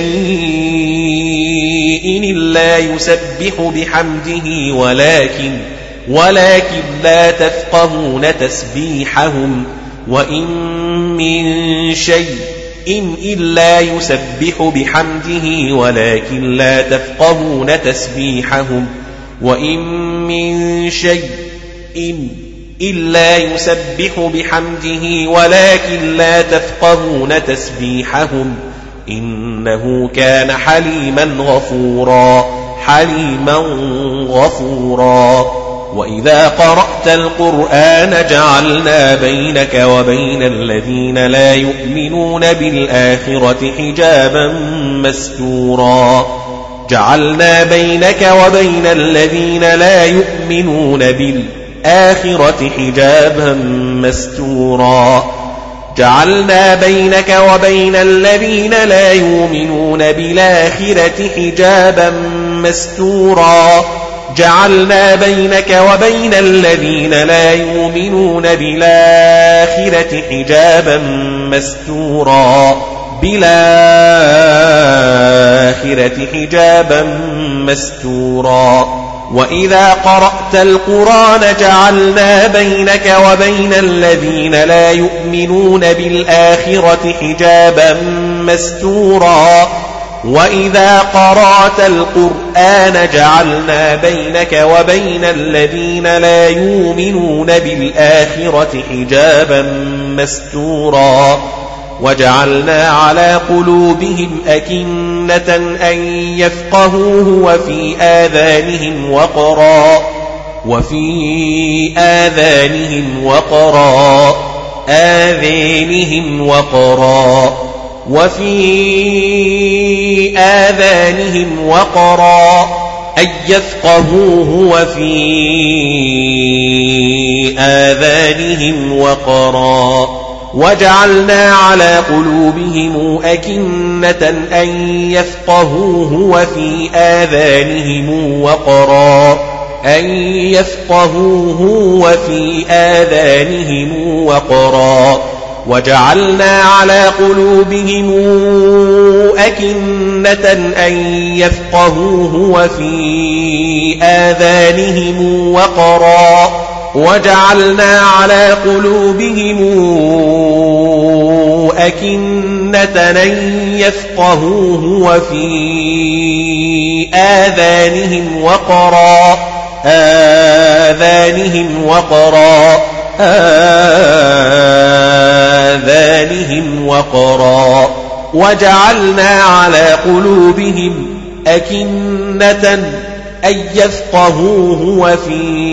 شيء إلا يسبح بحمده ولكن ولكن لا تفقهون تسبيحهم وإن من شيء إن إلا يسبح بحمده ولكن لا تفقهون تسبيحهم وإن من شيء إن إلا يسبح بحمده ولكن لا تفقهون تسبيحهم إنه كان حليما غفورا حليما غفورا وإذا قرأت القرآن جعلنا بينك وبين الذين لا يؤمنون بالآخرة حجابا مستورا جعلنا بينك وبين الذين لا يؤمنون بالآخرة حجابا مستورا جعلنا بينك وبين الذين لا يؤمنون بالآخرة حجابا مستورا جعلنا بينك وبين الذين لا يؤمنون بالآخرة حجابا مستورا بالآخرة حجابا مستورا وإذا قرأت القرآن جعلنا بينك وبين الذين لا يؤمنون بالآخرة حجابا مستورا وإذا قرأت القرآن جعلنا بينك وبين الذين لا يؤمنون بالآخرة حجابا مستورا وجعلنا على قلوبهم أكنة أن يفقهوه وفي آذانهم وقرا وفي آذانهم وقرا آذانهم وقرا وفي آذانهم وقرا أن يفقهوه وفي آذانهم وقرا وجعلنا على قلوبهم أكنة أن يفقهوه وفي آذانهم وقرا أن يفقهوه وفي آذانهم وقرا وجعلنا على قلوبهم أكنة أن يفقهوه وفي آذانهم وقرا وجعلنا على قلوبهم أكنة أن يفقهوه وفي آذانهم وقرا آذانهم وقرا آذانهم وقرا وجعلنا على قلوبهم أكنة أن يفقهوه وفي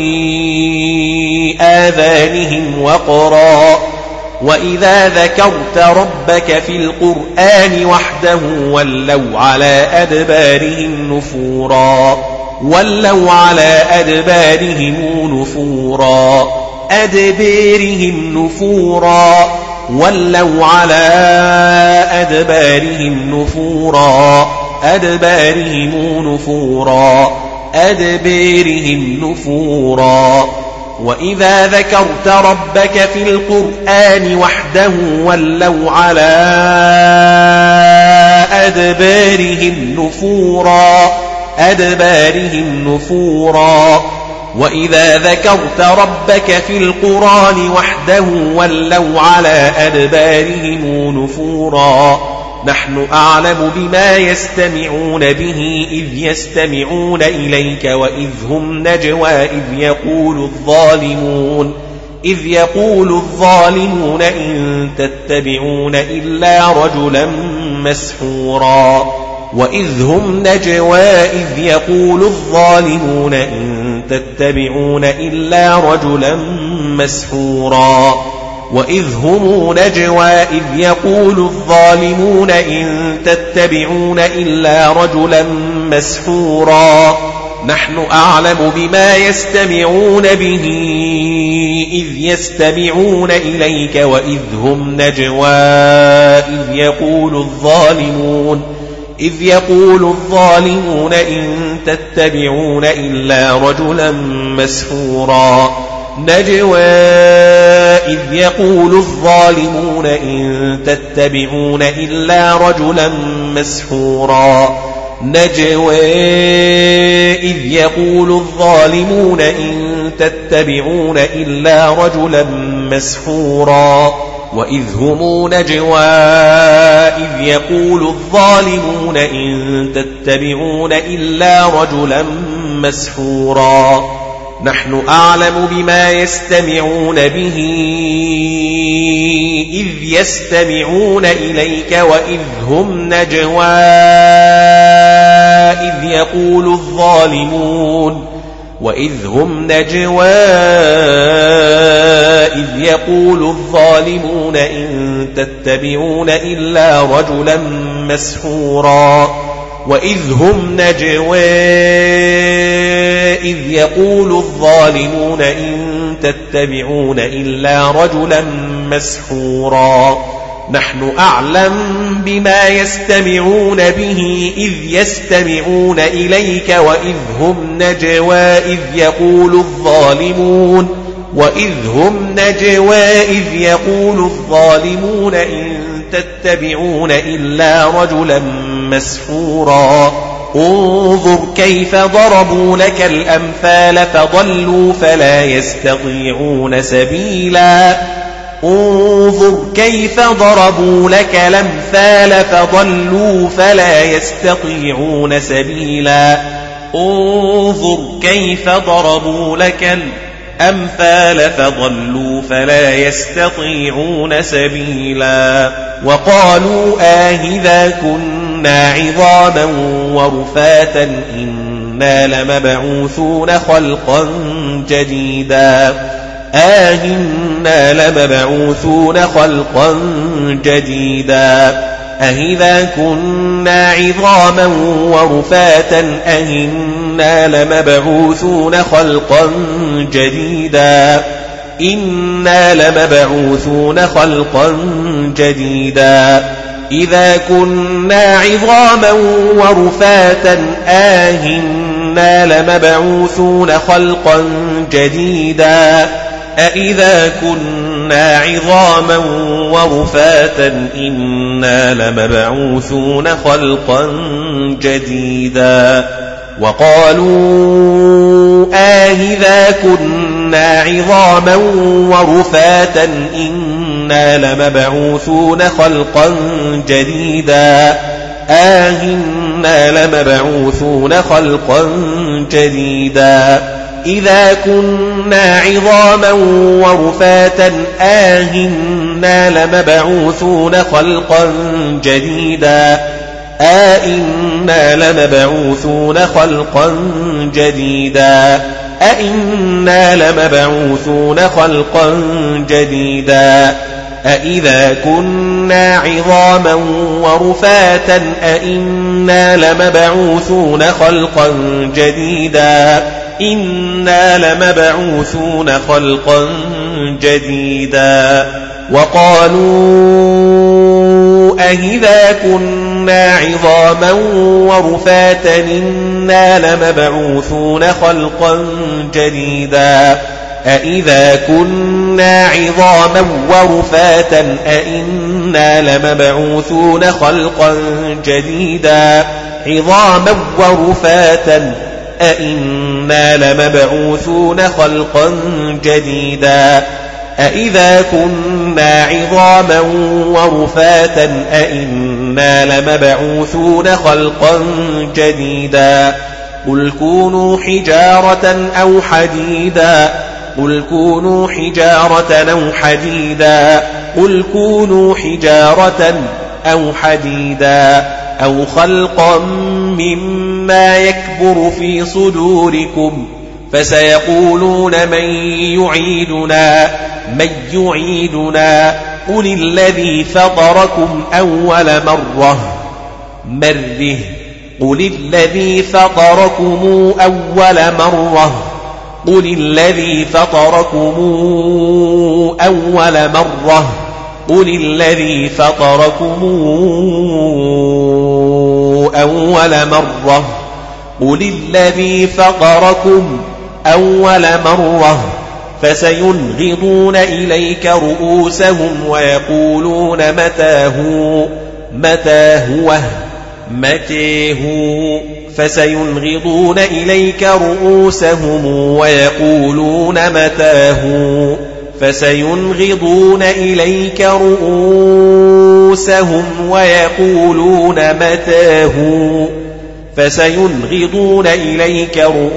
آذانهم وقرا وإذا ذكرت ربك في القرآن وحده ولوا على أدبارهم نفورا ولوا على أدبارهم نفورا أدبارهم نفورا ولوا على أدبارهم نفورا أدبارهم نفورا أدبارهم نفورا وإذا ذكرت ربك في القرآن وحده ولوا على أدبارهم نفورا أدبارهم نفورا وإذا ذكرت ربك في القرآن وحده ولوا على أدبارهم نفورا نحن أعلم بما يستمعون به إذ يستمعون إليك وإذ هم نجوى إذ يقول الظالمون إذ يقول الظالمون إن تتبعون إلا رجلا مسحورا وإذ هم نجوى إذ يقول الظالمون إن تتبعون إلا رجلا مسحورا وإذ هم نجوى إذ يقول الظالمون إن تتبعون إلا رجلا مسحورا نحن أعلم بما يستمعون به إذ يستمعون إليك وإذ هم نجوى إذ يقول الظالمون إذ يقول الظالمون إن تتبعون إلا رجلا مسحورا نجوى إذ يقول الظالمون إن تتبعون إلا رجلا مسحورا نجوى إذ يقول الظالمون إن تتبعون إلا رجلا مسحورا وإذ هم نجوى إذ يقول الظالمون إن تتبعون إلا رجلا مسحورا نحن أعلم بما يستمعون به إذ يستمعون إليك وإذ هم نجوى إذ يقول الظالمون وإذ هم نجوى إذ يقول الظالمون إن تتبعون إلا رجلا مسحورا وإذ هم نجوى إذ يقول الظالمون إن تتبعون إلا رجلا مسحورا نحن أعلم بما يستمعون به إذ يستمعون إليك وإذ هم نجوى إذ يقول الظالمون وإذ هم نجوى إذ يقول الظالمون إن تتبعون إلا رجلا مسحورا انظر كيف ضربوا لك الأمثال فضلوا فلا يستطيعون سبيلا انظر كيف ضربوا لك الأمثال فضلوا فلا يستطيعون سبيلا انظر كيف ضربوا لك الأمثال فضلوا فلا يستطيعون سبيلا وقالوا آهذا كنا عظاما ورفاتا إنا لمبعوثون خلقا جديدا آهنا لمبعوثون خلقا جديدا أإذا كنا عظاما ورفاتا أإنا لمبعوثون خلقا جديدا إنا لمبعوثون خلقا جديدا إذا كنا عظاما ورفاتا أإنا لمبعوثون خلقا جديدا أإذا كنا عظاما ورفاتا إنا لمبعوثون خلقا جديدا وقالوا أإذا كنا عظاما ورفاتا إنا لمبعوثون خلقا جديدا أإنا لمبعوثون خلقا جديدا إذا كنا عظاما ورفاتا أإنا لمبعوثون خلقا جديدا أإنا لمبعوثون خلقا جديدا أإنا لمبعوثون خلقا جديدا أإذا كنا عظاما ورفاتا أإنا لمبعوثون خلقا جديدا إنا لمبعوثون خلقا جديدا وقالوا أإذا كنا عظاما ورفاتا إنا لمبعوثون خلقا جديدا أإذا كنا عظاما ورفاتا أإنا لمبعوثون خلقا جديدا عظاما ورفاتا أإنا لمبعوثون خلقا جديدا أإذا كنا عظاما ورفاتا أإنا لمبعوثون خلقا جديدا قل كونوا حجارة أو حديدا قل كونوا حجارة أو حديدا قل كونوا حجارة أو حديدا أو خلقا مما يكبر في صدوركم فسيقولون من يعيدنا من يعيدنا قل الذي فطركم أول مرة مره قل الذي فطركم أول مرة قل الذي فطركم أول مرة قل الذي فطركم أول مرة قل الذي فطركم أول مرة فسينغضون إليك رؤوسهم ويقولون متى هو متى هو متى هو فسينغضون إليك رؤوسهم ويقولون متى هو فسينغضون إليك رؤوسهم ويقولون متى هو فسينغضون إليك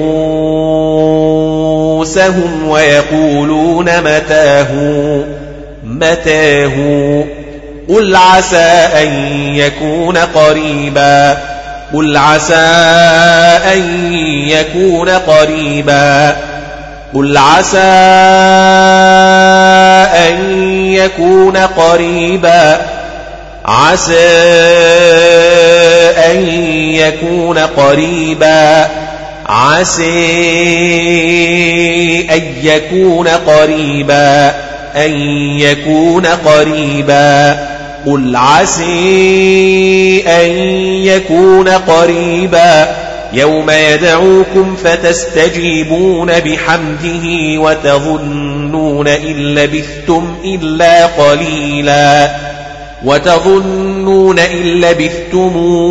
رؤوسهم ويقولون متى هو متى هو قل عسى أن يكون قريبا قل عسى أن يكون قريبا قل عسى أن يكون قريبا عسى أن يكون قريبا عسى أن يكون قريبا أن يكون قريبا قل عسى أن يكون قريبا يوم يدعوكم فتستجيبون بحمده وتظنون إن لبثتم إلا قليلا وتظنون إن لبثتم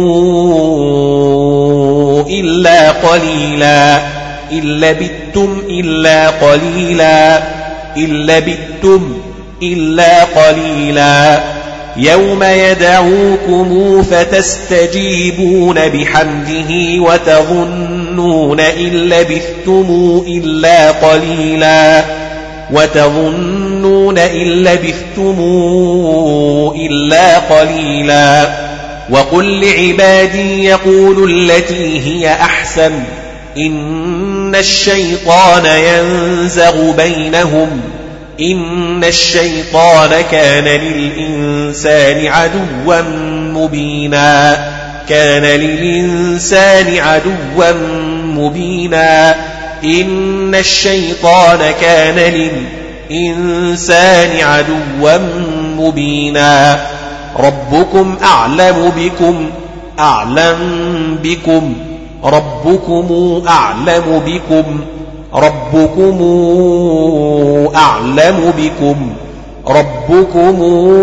إلا قليلا إن لبثتم إلا قليلا إن لبثتم إلا قليلا يوم يدعوكم فتستجيبون بحمده وتظنون إن لبثتم إلا قليلا وتظنون إن لبثتم إلا قليلا وقل لعبادي يقولوا التي هي أحسن إن الشيطان ينزغ بينهم إن الشيطان كان للإنسان عدوا مبينا كان للإنسان عدوا مبينا إن الشيطان كان للإنسان عدوا مبينا ربكم أعلم بكم أعلم بكم ربكم أعلم بكم ربكم أعلم بكم ربكم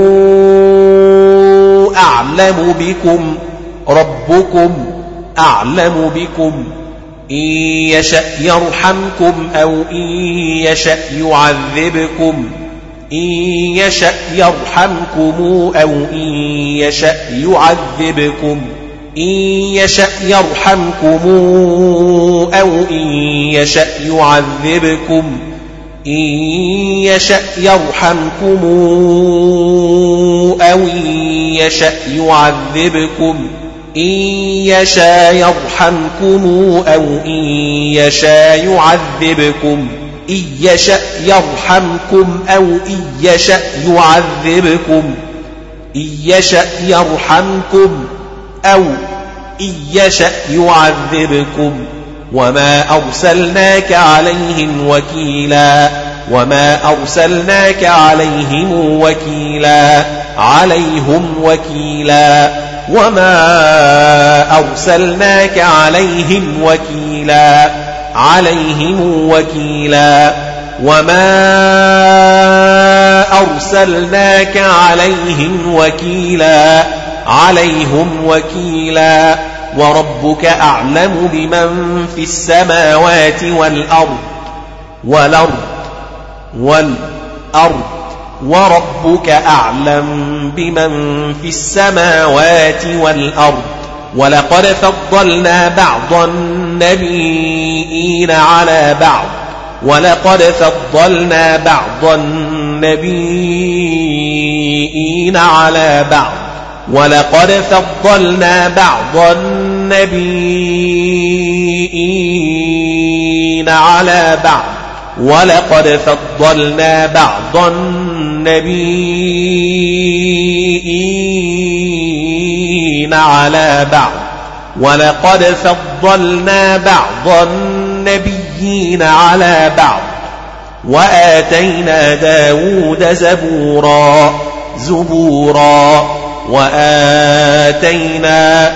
أعلم بكم ربكم أعلم بكم إن يشأ يرحمكم أو إن يشأ يعذبكم إن يشأ يرحمكم أو إن يشأ يعذبكم إن يشأ يرحمكم أو إن يشأ يعذبكم إن يشأ يرحمكم أو إن يشأ يعذبكم إن يشاء يرحمكم أو إن يشاء يعذبكم إن يشأ يرحمكم أو إن يشأ يعذبكم إن يشأ يرحمكم أو إن يشأ يعذبكم وما أرسلناك عليهم وكيلا وما أرسلناك عليهم وكيلا عليهم وكيلا وما أرسلناك عليهم وكيلا عليهم وكيلا وما أرسلناك عليهم وكيلا عليهم وكيلا وربك أعلم بمن في السماوات والأرض والأرض والأرض وربك أعلم بمن في السماوات والأرض ولقد فضلنا بعض النبيين على بعض ولقد فضلنا بعض النبيين على بعض ولقد فضلنا بعض النبيين على بعض ولقد فضلنا بعض النبيين على بعض ولقد فضلنا بعض النبيين على بعض وآتينا داود زبورا زبورا وآتينا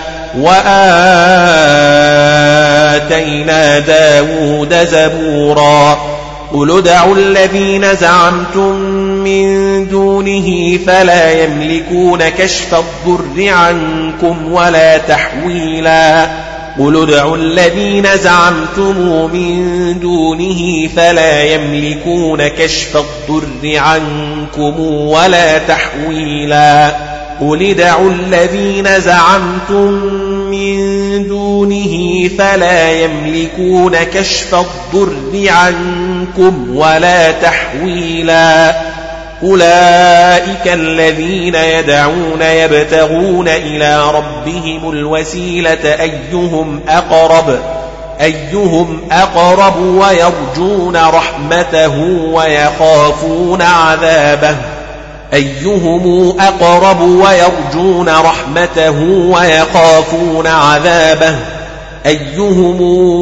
وآتينا داود زبورا قل ادعوا الذين زعمتم من دونه فلا يملكون كشف الضر عنكم ولا تحويلا قل ادعوا الذين زعمتم من دونه فلا يملكون كشف الضر عنكم ولا تحويلا قل ادعوا الذين زعمتم من دونه فلا يملكون كشف الضر عنكم ولا تحويلا أولئك الذين يدعون يبتغون إلى ربهم الوسيلة أيهم أقرب أيهم أقرب ويرجون رحمته ويخافون عذابه أيهم أقرب ويرجون رحمته ويخافون عذابه أيهم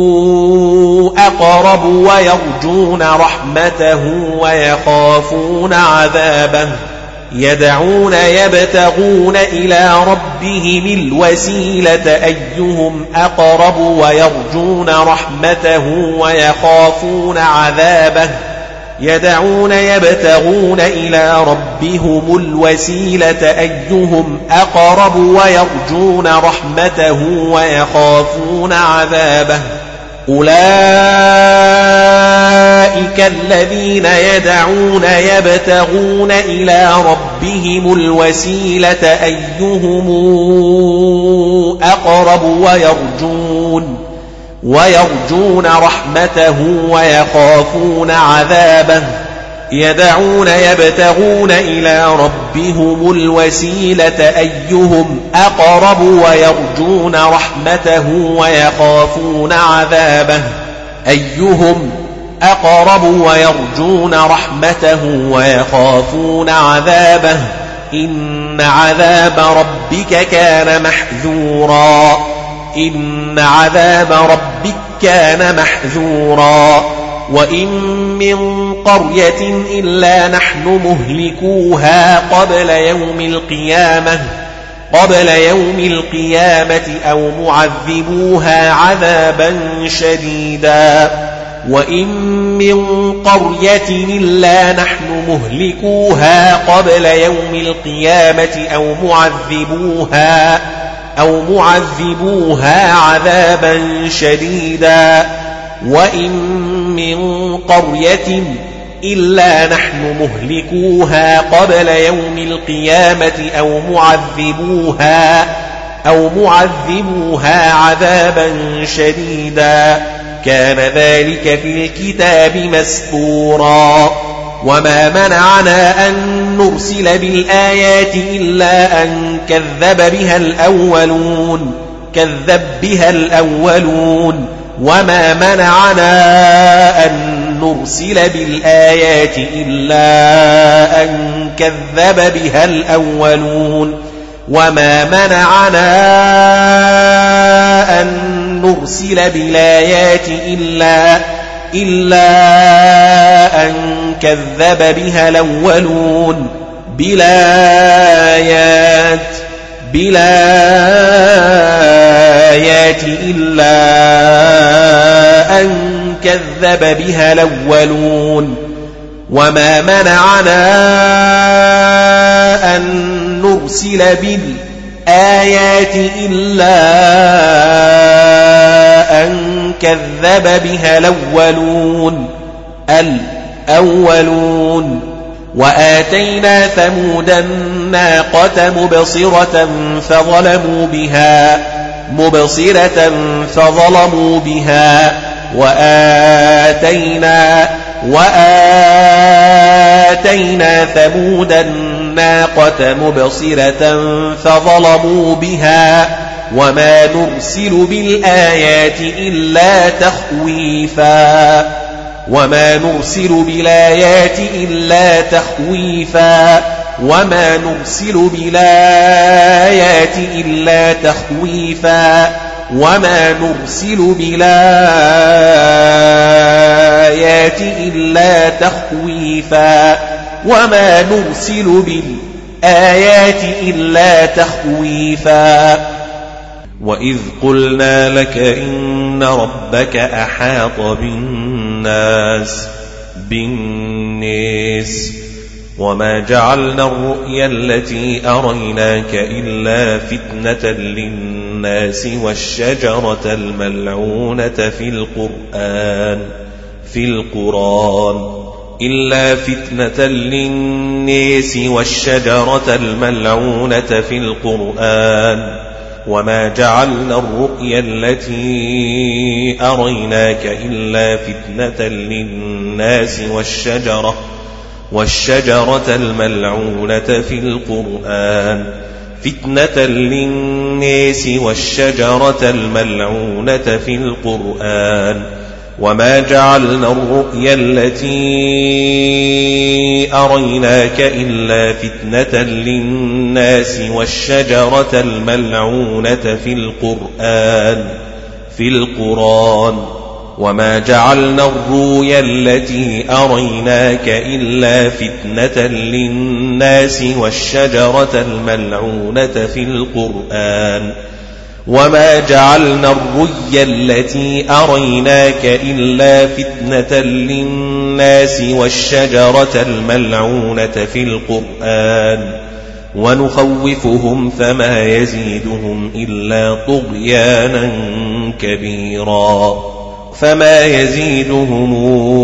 أقرب ويرجون رحمته ويخافون عذابه يدعون يبتغون إلى ربهم الوسيلة أيهم أقرب ويرجون رحمته ويخافون عذابه يدعون يبتغون إلى ربهم الوسيلة أيهم أقرب ويرجون رحمته ويخافون عذابه أولئك الذين يدعون يبتغون إلى ربهم الوسيلة أيهم أقرب ويرجون ويرجون رحمته ويخافون عذابه يدعون يبتغون إلى ربهم الوسيلة أيهم أقرب ويرجون رحمته ويخافون عذابه أيهم أقرب ويرجون رحمته ويخافون عذابه إن عذاب ربك كان محذورا إن عذاب ربك كان محذورا وإن من قرية إلا نحن مهلكوها قبل يوم القيامة قبل يوم القيامة أو معذبوها عذابا شديدا وإن من قرية إلا نحن مهلكوها قبل يوم القيامة أو معذبوها أو معذبوها عذابا شديدا وإن من قرية إلا نحن مهلكوها قبل يوم القيامة أو معذبوها أو معذبوها عذابا شديدا كان ذلك في الكتاب مسطورا وما منعنا أن نرسل بالآيات إلا أن كذب بها الأولون كذب بها الأولون وما منعنا أن نرسل بالآيات إلا أن كذب بها الأولون وما منعنا أن نرسل بالآيات إلا إلا أن كذب بها الأولون بالآيات بالآيات إلا أن كذب بها الأولون وما منعنا أن نرسل بالآيات إلا أن كذب بها الأولون الأولون وآتينا ثمود الناقة مبصرة فظلموا بها مبصرة فظلموا بها وآتينا وآتينا ثمود الناقة مبصرة فظلموا بها وما نرسل بالآيات إلا تخويفا وما نرسل بالآيات إلا تخويفا وما نرسل بالآيات إلا تخويفا وما نرسل بالآيات إلا تخويفا وما نرسل بالآيات إلا تخويفا وإذ قلنا لك إن ربك أحاط بالناس بالناس وما جعلنا الرؤيا التي أريناك إلا فتنة للناس والشجرة الملعونة في القرآن في القرآن إلا فتنة للناس والشجرة الملعونة في القرآن وما جعلنا الرؤيا التي أريناك إلا فتنة للناس والشجرة والشجرة الملعونة في القرآن فتنة للناس والشجرة الملعونة في القرآن وما جعلنا الرؤيا التي أريناك إلا فتنة للناس والشجرة الملعونة في القرآن في القرآن وما جعلنا الرؤيا التي أريناك إلا فتنة للناس والشجرة الملعونة في القرآن وما جعلنا الرؤيا التي أريناك إلا فتنة للناس والشجرة الملعونة في القرآن ونخوفهم فما يزيدهم إلا طغيانا كبيرا فما يزيدهم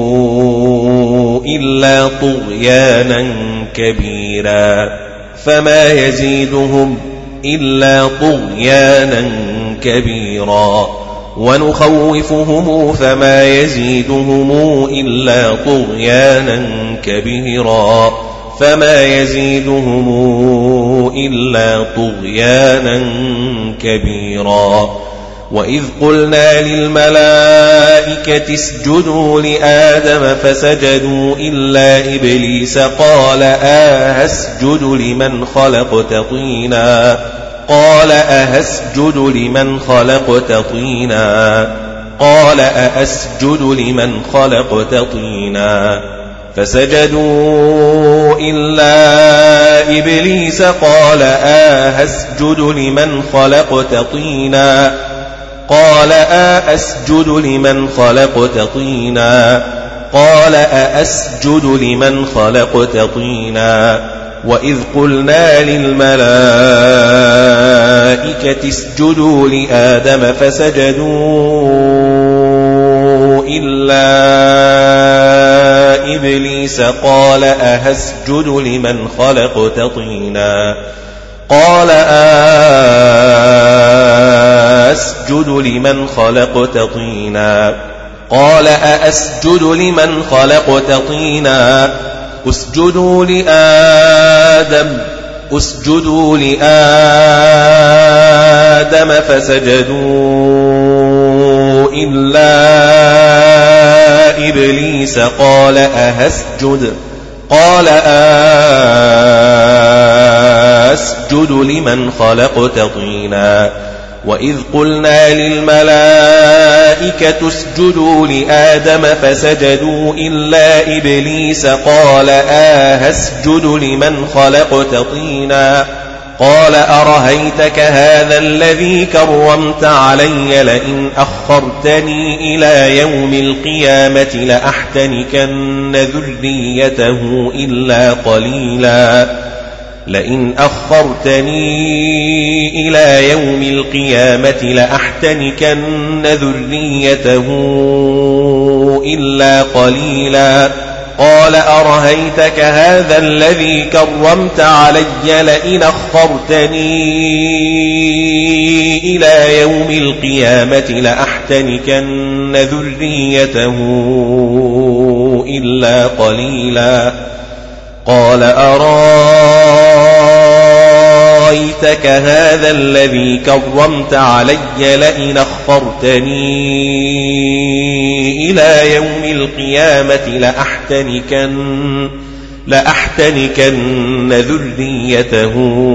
إلا طغيانا كبيرا فما يزيدهم إلا طغيانا كبيرا ونخوفهم فما يزيدهم إلا طغيانا كبيرا فما يزيدهم إلا طغيانا كبيرا وإذ قلنا للملائكة اسجدوا لآدم فسجدوا إلا إبليس قال أهسجد لمن خلقت طينا قال أهسجد لمن خلقت طينا قال أأسجد لمن خلقت طينا فسجدوا إلا إبليس قال أهسجد لمن خلقت طينا قال أأسجد لمن خلقت طينا قال أأسجد لمن خلقت طينا وإذ قلنا للملائكة اسجدوا لآدم فسجدوا إلا إبليس قال أهسجد لمن خلقت طينا قال أسجد لمن خلقت طينا قال أأسجد لمن خلقت طينا اسجدوا لآدم اسجدوا لآدم فسجدوا إلا إبليس قال أهسجد قال أسجد لمن خلقت طينا وإذ قلنا للملائكة اسجدوا لآدم فسجدوا إلا إبليس قال أهسجد لمن خلقت طينا قال أرهيتك هذا الذي كرمت علي لئن أخرتني إلى يوم القيامة لأحتنكن ذريته إلا قليلا لئن أخرتني إلى يوم القيامة لأحتنكن ذريته إلا قليلا قال أرهيتك هذا الذي كرمت علي لئن أخرتني إلى يوم القيامة لأحتنكن ذريته إلا قليلا قال أرأيتك هذا الذي كرمت علي لئن أخرتني إلى يوم القيامة لأحتنكن لأحتنكن ذريته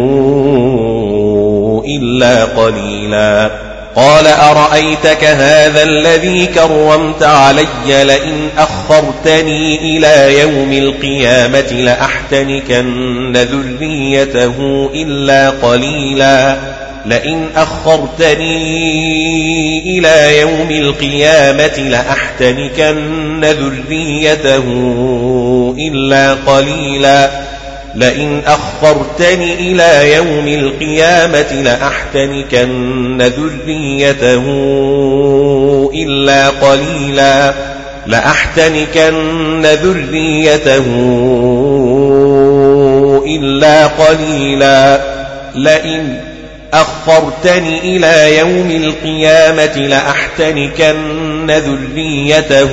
إلا قليلا قال أرأيتك هذا الذي كرمت علي لئن أخرتني إلى يوم القيامة لأحتنكن ذريته إلا قليلا لئن أخرتني إلى يوم القيامة لأحتنكن ذريته إلا قليلا لئن أخرتني إلى يوم القيامة لأحتنكن ذريته إلا قليلا لأحتنكن ذريته إلا قليلا لئن أخرتني إلى يوم القيامة لأحتنكن ذريته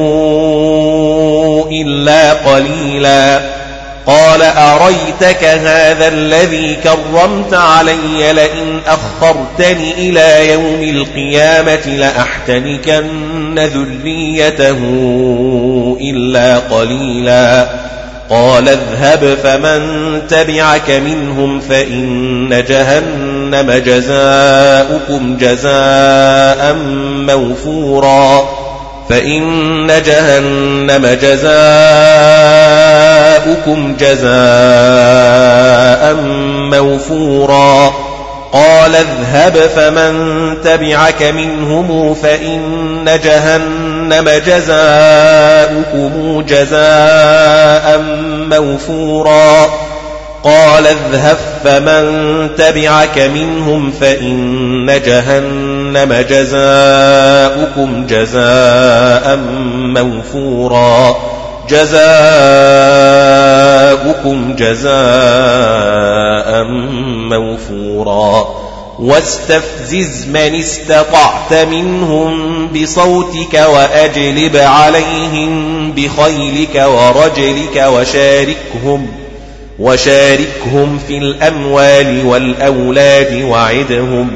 إلا قليلا قال أريتك هذا الذي كرمت علي لئن أخرتني إلى يوم القيامة لأحتنكن ذريته إلا قليلا قال اذهب فمن تبعك منهم فإن جهنم جزاؤكم جزاء موفورا فإن جهنم جزاؤكم جزاء موفورا قال اذهب فمن تبعك منهم فإن جهنم جزاؤكم جزاء موفورا قال اذهب فمن تبعك منهم فإن جهنم جزاؤكم جزاء موفورا جزاؤكم جزاء موفورا واستفزز من استطعت منهم بصوتك وأجلب عليهم بخيلك ورجلك وشاركهم وشاركهم في الأموال والأولاد وعدهم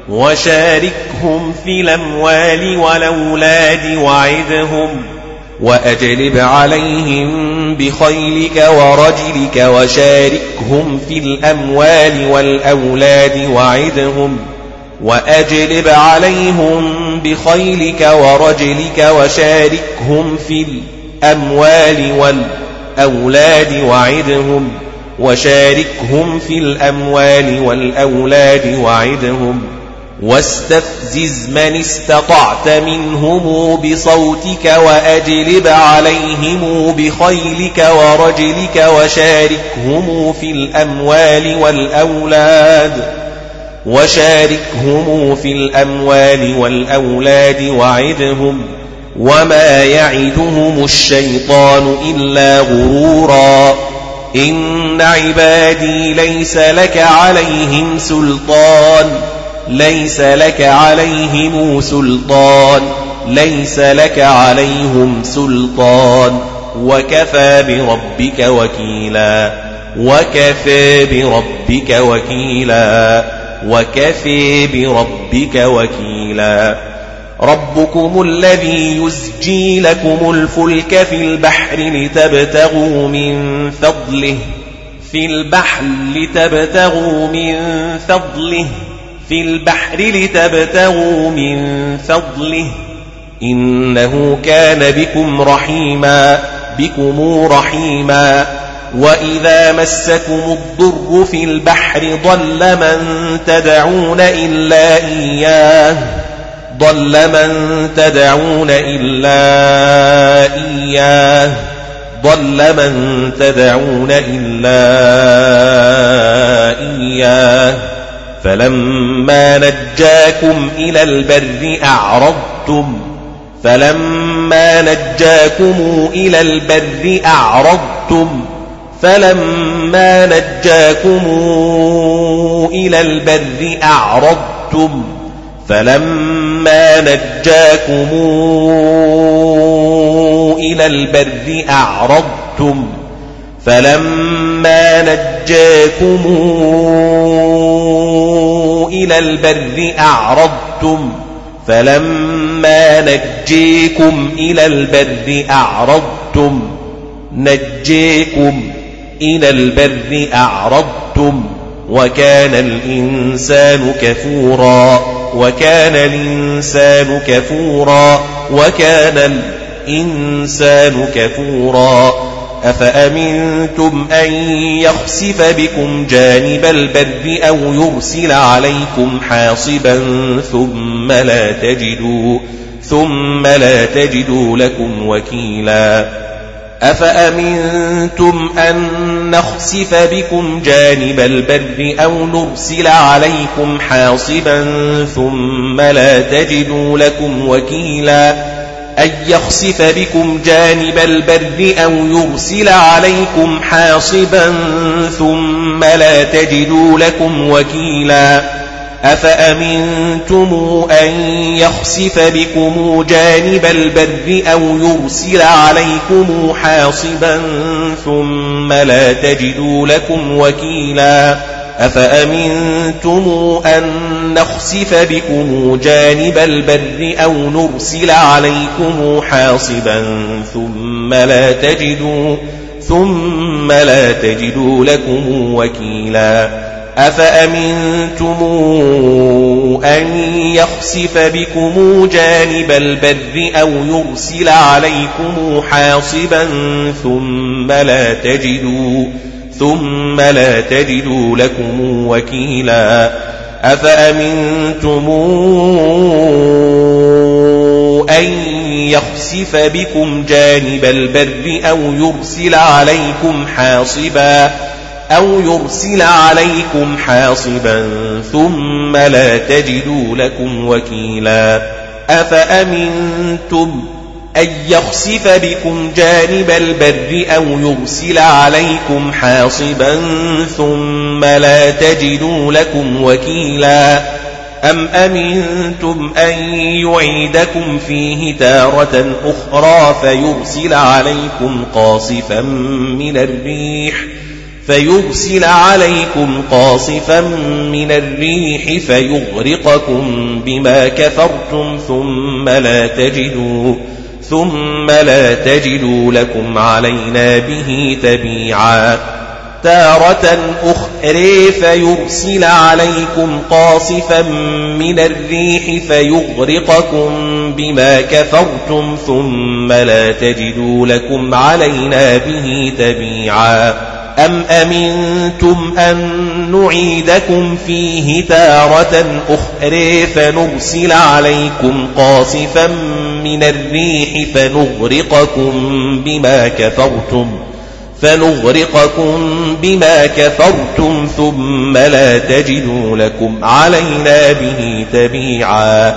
وشاركهم في الأموال والأولاد وعدهم وأجلب عليهم بخيلك ورجلك وشاركهم في الأموال والأولاد وعدهم وأجلب عليهم بخيلك ورجلك وشاركهم في الأموال والأولاد وعدهم وشاركهم في الأموال والأولاد وعدهم واستفزز من استطعت منهم بصوتك وأجلب عليهم بخيلك ورجلك وشاركهم في الأموال والأولاد وشاركهم في الأموال والأولاد وعدهم وما يعدهم الشيطان إلا غرورا إن عبادي ليس لك عليهم سلطان ليس لك عليهم سلطان ليس لك عليهم سلطان وكفى بربك وكيلا وكفى بربك وكيلا وكفى بربك وكيلا ربكم الذي يزجي لكم الفلك في البحر لتبتغوا من فضله في البحر لتبتغوا من فضله في البحر لتبتغوا من فضله إنه كان بكم رحيما بكم رحيما وإذا مسكم الضر في البحر ضل من تدعون إلا إياه ضل من تدعون إلا إياه ضل من تدعون إلا إياه فلما نجاكم إلى البر أعرضتم فلما نجاكم إلى البر أعرضتم فلما نجاكم إلى البر أعرضتم فلما نجاكم إلى البر أعرضتم فلما نجاكم إلى البر أعرضتم فلما نجيكم إلى البر أعرضتم نجيكم إلى البر أعرضتم وكان الإنسان كفورا وكان الإنسان كفورا وكان الإنسان كفورا أفأمنتم أن يخسف بكم جانب البر أو يرسل عليكم حاصبا ثم لا تجدوا ثم لا تجدوا لكم وكيلا أفأمنتم أن نخسف بكم جانب البر أو نرسل عليكم حاصبا ثم لا تجدوا لكم وكيلا أن يخسف بكم جانب البر أو يرسل عليكم حاصبا ثم لا تجدوا لكم وكيلا أفأمنتم أن يخسف بكم جانب البر أو يرسل عليكم حاصبا ثم لا تجدوا لكم وكيلا أفأمنتم أن نخسف بكم جانب البر أو نرسل عليكم حاصبا ثم لا تجدوا ثم لا تجدوا لكم وكيلا أفأمنتم أن يخسف بكم جانب البر أو يرسل عليكم حاصبا ثم لا تجدوا ثم لا تجدوا لكم وكيلا أفأمنتم أن يخسف بكم جانب البر أو يرسل عليكم حاصبا أو يرسل عليكم حاصبا ثم لا تجدوا لكم وكيلا أفأمنتم أن يخسف بكم جانب البر أو يرسل عليكم حاصبا ثم لا تجدوا لكم وكيلا أم أمنتم أن يعيدكم فيه تارة أخرى فيرسل عليكم قاصفا من الريح فيرسل عليكم قاصفا من الريح فيغرقكم بما كفرتم ثم لا تجدوا ثم لا تجدوا لكم علينا به تبيعا تارة أخرى فيرسل عليكم قاصفا من الريح فيغرقكم بما كفرتم ثم لا تجدوا لكم علينا به تبيعا أم أمنتم أن نعيدكم فيه تارة أخرى فنرسل عليكم قاصفا من الريح فنغرقكم بما كفرتم فنغرقكم بما كفرتم ثم لا تجدوا لكم علينا به تبيعا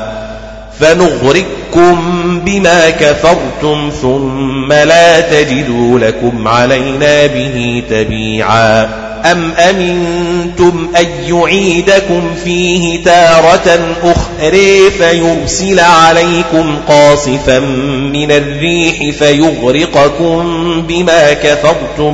فنغرقكم بما كفرتم ثم لا تجدوا لكم علينا به تبيعا أم أمنتم أن يعيدكم فيه تارة أخرى فيرسل عليكم قاصفا من الريح فيغرقكم بما كفرتم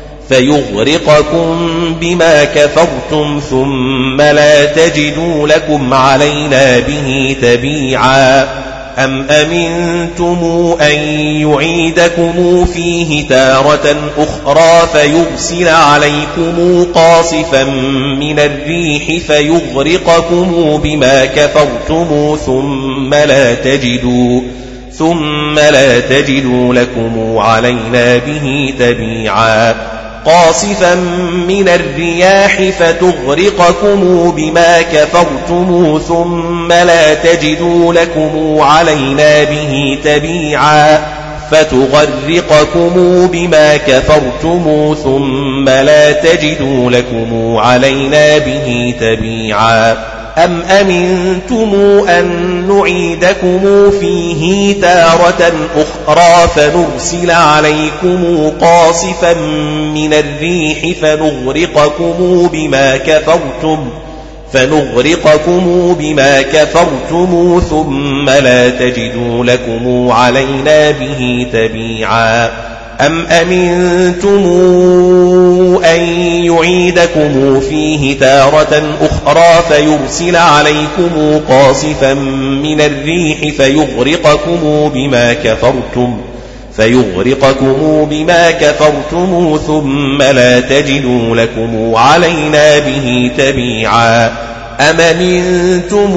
فيغرقكم بما كفرتم ثم لا تجدوا لكم علينا به تبيعا أم أمنتم أن يعيدكم فيه تارة أخرى فيرسل عليكم قاصفا من الريح فيغرقكم بما كفرتم ثم لا تجدوا ثم لا تجدوا لكم علينا به تبيعا قاصفا من الرياح فتغرقكم بما كفرتم ثم لا تجدوا لكم علينا به تبيعا فتغرقكم بما كفرتم ثم لا تجدوا لكم علينا به تبيعا أم أمنتم أن نعيدكم فيه تارة أخرى فنرسل عليكم قاصفا من الريح فنغرقكم بما كفرتم فنغرقكم بما كفرتم ثم لا تجدوا لكم علينا به تبيعا أم أمنتم أن يعيدكم فيه تارة أخرى فيرسل عليكم قاصفا من الريح فيغرقكم بما كفرتم فيغرقكم بما كفرتم ثم لا تجدوا لكم علينا به تبيعا أم أمنتم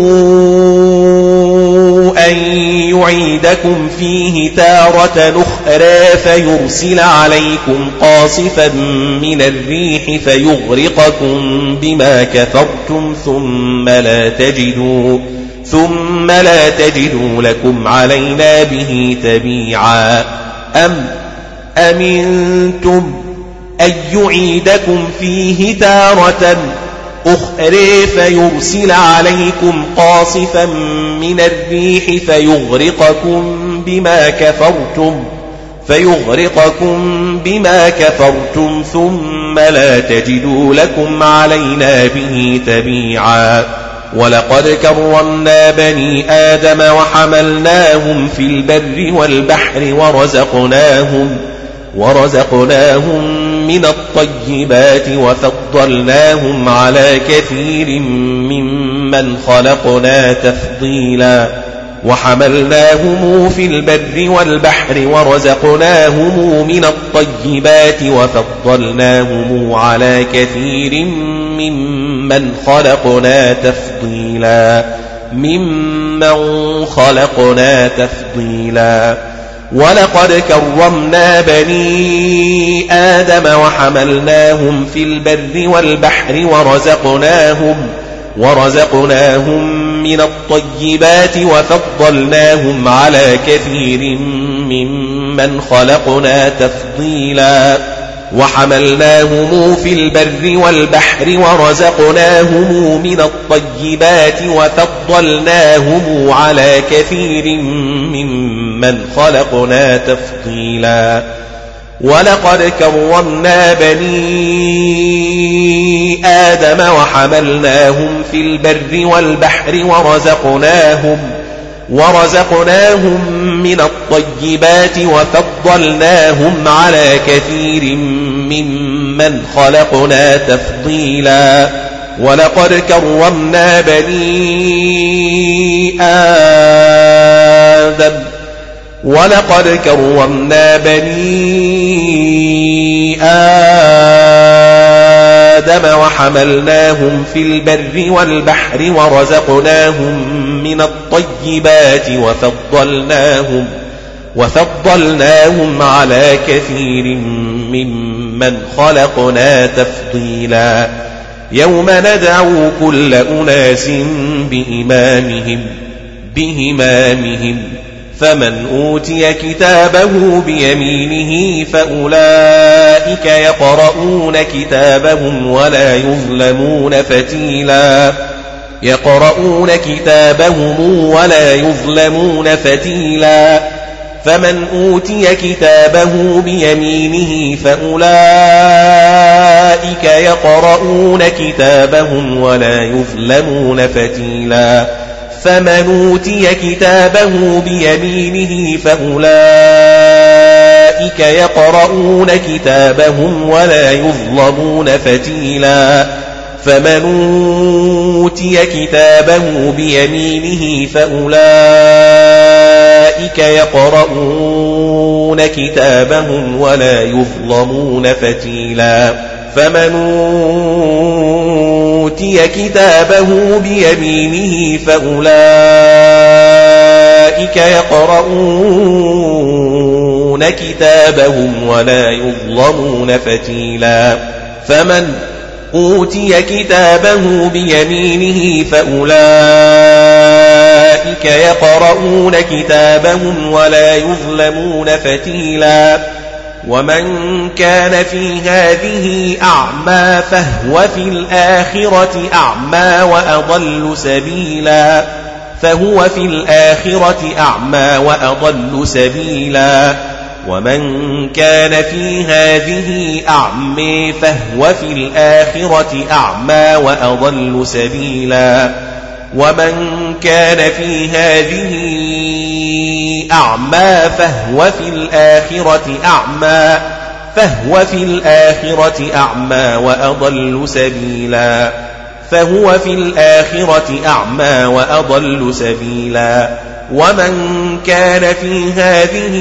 أن يعيدكم فيه تارة أخرى فيرسل عليكم قاصفا من الريح فيغرقكم بما كفرتم ثم لا تجدوا ثم لا تجدوا لكم علينا به تبيعا أم أمنتم أن يعيدكم فيه تارة أخرى فيرسل عليكم قاصفا من الريح فيغرقكم بما كفرتم فيغرقكم بما كفرتم ثم لا تجدوا لكم علينا به تبيعا ولقد كرمنا بني آدم وحملناهم في البر والبحر ورزقناهم ورزقناهم من الطيبات وفضلناهم على كثير ممن خلقنا تفضيلا وحملناهم في البر والبحر ورزقناهم من الطيبات وفضلناهم على كثير ممن خلقنا تفضيلا ممن خلقنا تفضيلا ولقد كرمنا بني آدم وحملناهم في البر والبحر ورزقناهم ورزقناهم من الطيبات وفضلناهم على كثير ممن خلقنا تفضيلا وحملناهم في البر والبحر ورزقناهم من الطيبات وفضلناهم على كثير ممن خلقنا تفضيلا ولقد كرمنا بني آدم وحملناهم في البر والبحر ورزقناهم ورزقناهم من الطيبات وفضلناهم وفضلناهم على كثير ممن خلقنا تفضيلا ولقد كرمنا بني آدم ولقد كرمنا بني آدم وحملناهم في البر والبحر ورزقناهم من الطيبات وفضلناهم وفضلناهم على كثير ممن خلقنا تفضيلا يوم ندعو كل أناس بإمامهم بإمامهم فمن أوتي كتابه بيمينه فأولئك يقرؤون كتابهم ولا يظلمون فتيلا يقرؤون كتابهم ولا يظلمون فتيلا فمن أوتي كتابه بيمينه فأولئك يقرؤون كتابهم ولا يظلمون فتيلا فمن أوتي كتابه بيمينه فأولئك يقرؤون كتابهم ولا يظلمون فتيلا فمن أوتي كتابه بيمينه فأولئك يقرؤون كتابهم ولا يظلمون فتيلا فمن أوتي كتابه بيمينه فأولئك يقرؤون كتابهم ولا يظلمون فتيلا فمن أوتي كتابه بيمينه فأولئك يقرؤون كتابهم ولا يظلمون فتيلا ومن كان في هذه أعمى فهو في الآخرة أعمى وأضل سبيلا فهو في الآخرة أعمى وأضل سبيلا ومن كان في هذه أعمى فهو في الآخرة أعمى وأضل سبيلا ومن كان في هذه أعمى فهو في الآخرة أعمى فهو في الآخرة أعمى وأضل سبيلا فهو في الآخرة أعمى وأضل سبيلا ومن كان في هذه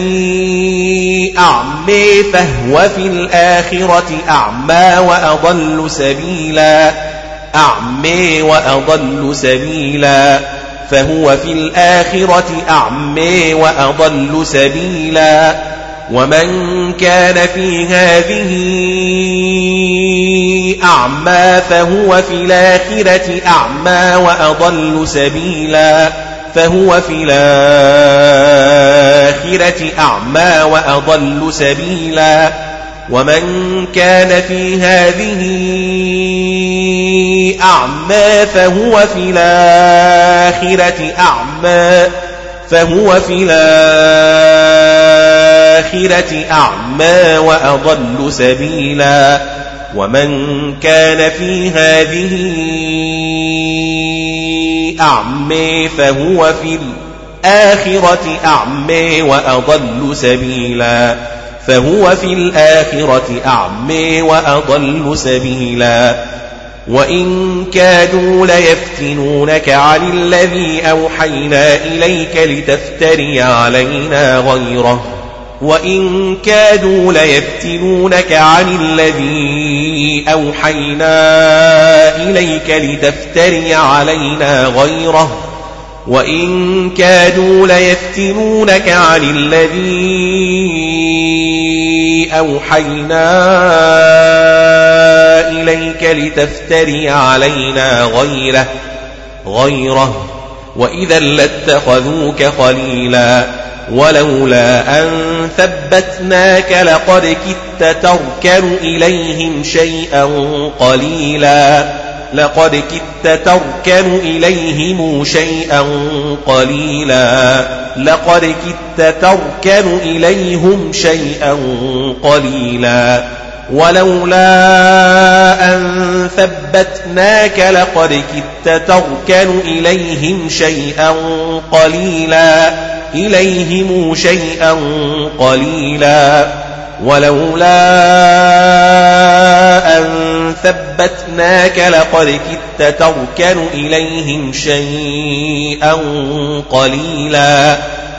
أعمى فهو في الآخرة أعمى وأضل سبيلا أعمى وأضل سبيلا فهو في الآخرة أعمى وأضل سبيلا ومن كان في هذه أعمى فهو في الآخرة أعمى وأضل سبيلا فهو في الآخرة أعمى وأضل سبيلا ومن كان في هذه أعمى فهو في الآخرة أعمى فهو في الآخرة أعمى وأضل سبيلا ومن كان في هذه أعمى فهو في الآخرة أعمى وأضل سبيلا فهو في الآخرة أعمى وأضل سبيلا وإن كادوا ليفتنونك عن الذي أوحينا إليك لتفتري علينا غيره وإن كادوا ليفتنونك عن الذي أوحينا إليك لتفتري علينا غيره وإن كادوا ليفتنونك عن الذي أوحينا إليك لتفتري علينا غيره غيره وإذا لاتخذوك خليلا ولولا أن ثبتناك لقد كدت تركن إليهم شيئا قليلا لقد كدت تركن إليهم شيئا قليلا لقد كدت تركن إليهم شيئا قليلا ولولا أن ثبتناك لقد كدت تركن إليهم شيئا قليلا إليهم شيئا قليلا ولولا أن ثبتناك لقد كدت تركن إليهم شيئا قليلا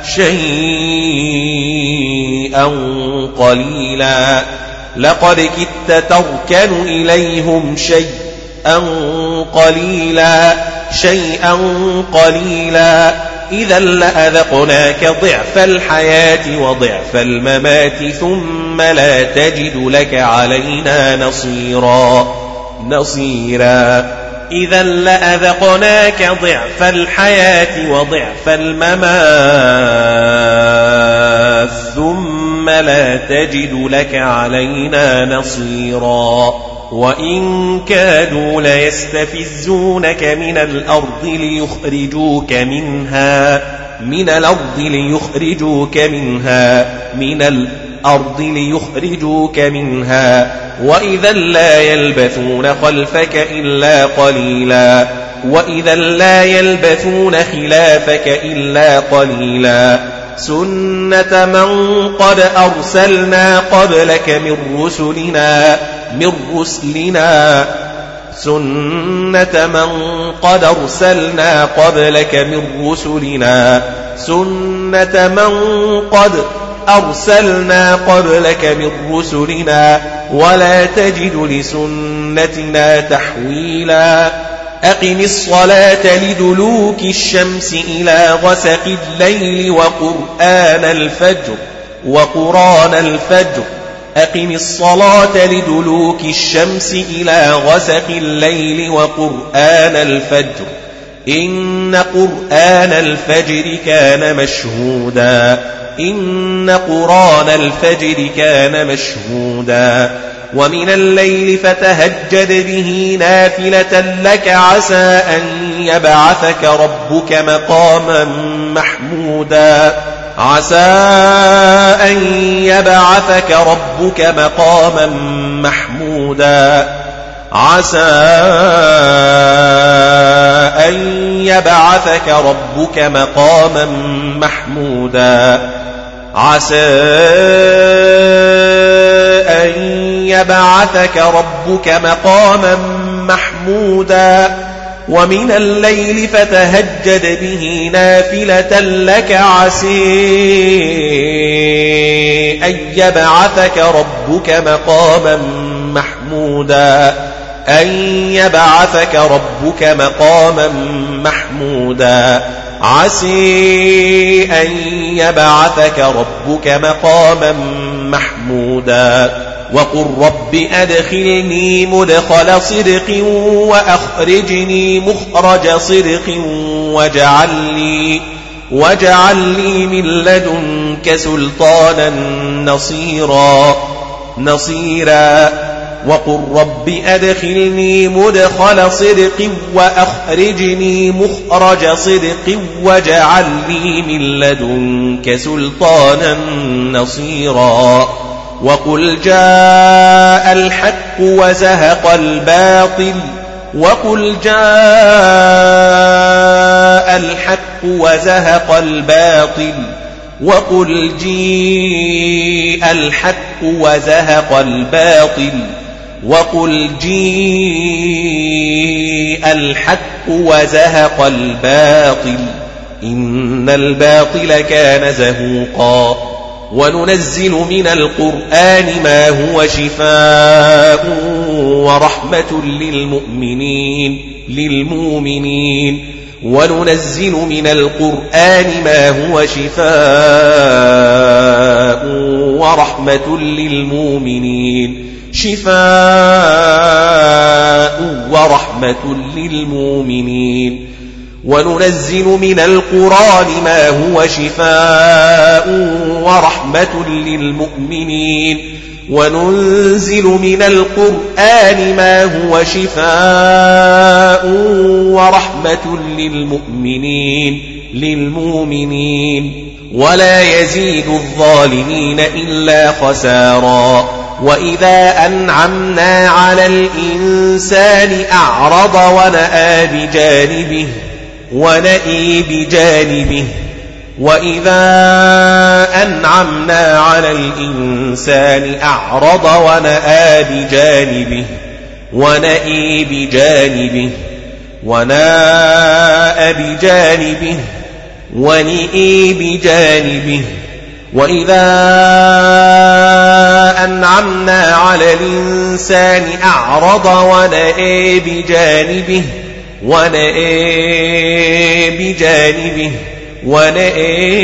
شيئا قليلا لقد كدت تركن إليهم شيئا قليلا شيئا قليلا إذا لأذقناك ضعف الحياة وضعف الممات ثم لا تجد لك علينا نصيرا نصيرا إذا لأذقناك ضعف الحياة وضعف الممات ثم لا تجد لك علينا نصيرا وإن كادوا ليستفزونك من الأرض ليخرجوك منها من الأرض ليخرجوك منها من الأرض ليخرجوك منها وإذا لا يلبثون خلفك إلا قليلا وإذا لا يلبثون خلافك إلا قليلا سنة من قد أرسلنا قبلك من رسلنا من رسلنا سنة من قد أرسلنا قبلك من رسلنا سنة من قد أرسلنا قبلك من رسلنا ولا تجد لسنتنا تحويلا أقم الصلاة لدلوك الشمس إلى غسق الليل وقرآن الفجر وقرآن الفجر أقم الصلاة لدلوك الشمس إلى غسق الليل وقرآن الفجر إن قرآن الفجر كان مشهودا إن قرآن الفجر كان مشهودا ومن الليل فتهجد به نافلة لك عسى أن يبعثك ربك مقاما محمودا عسى أن يبعثك ربك مقاما محمودا عسى أن يبعثك ربك مقاما محمودا عسى أن يبعثك ربك مقاما محمودا ومن الليل فتهجد به نافلة لك عسى أن يبعثك ربك مقاما محمودا أن يبعثك ربك مقاما محمودا عسى أن يبعثك ربك مقاما محمودا وقل رب أدخلني مدخل صدق وأخرجني مخرج صدق واجعل لي واجعل لي من لدنك سلطانا نصيرا نصيرا وقل رب أدخلني مدخل صدق وأخرجني مخرج صدق واجعل لي من لدنك سلطانا نصيرا وقل جاء الحق وزهق الباطل وقل جاء الحق وزهق الباطل وقل جيء الحق وزهق الباطل وقل جيء الحق وزهق الباطل إن الباطل كان زهوقا وننزل من القرآن ما هو شفاء ورحمة للمؤمنين للمؤمنين وننزل من القرآن ما هو شفاء ورحمة للمؤمنين شفاء ورحمة للمؤمنين وننزل من القرآن ما هو شفاء ورحمة للمؤمنين وننزل من القرآن ما هو شفاء ورحمة للمؤمنين للمؤمنين ولا يزيد الظالمين إلا خسارا وإذا أنعمنا على الإنسان أعرض ونأى بجانبه ونأي بجانبه وإذا أنعمنا على الإنسان أعرض ونأى بجانبه ونأي بجانبه وناء بجانبه ونئي بجانبه وإذا أنعمنا على الإنسان أعرض ونأى بجانبه ونأى بجانبه ونأى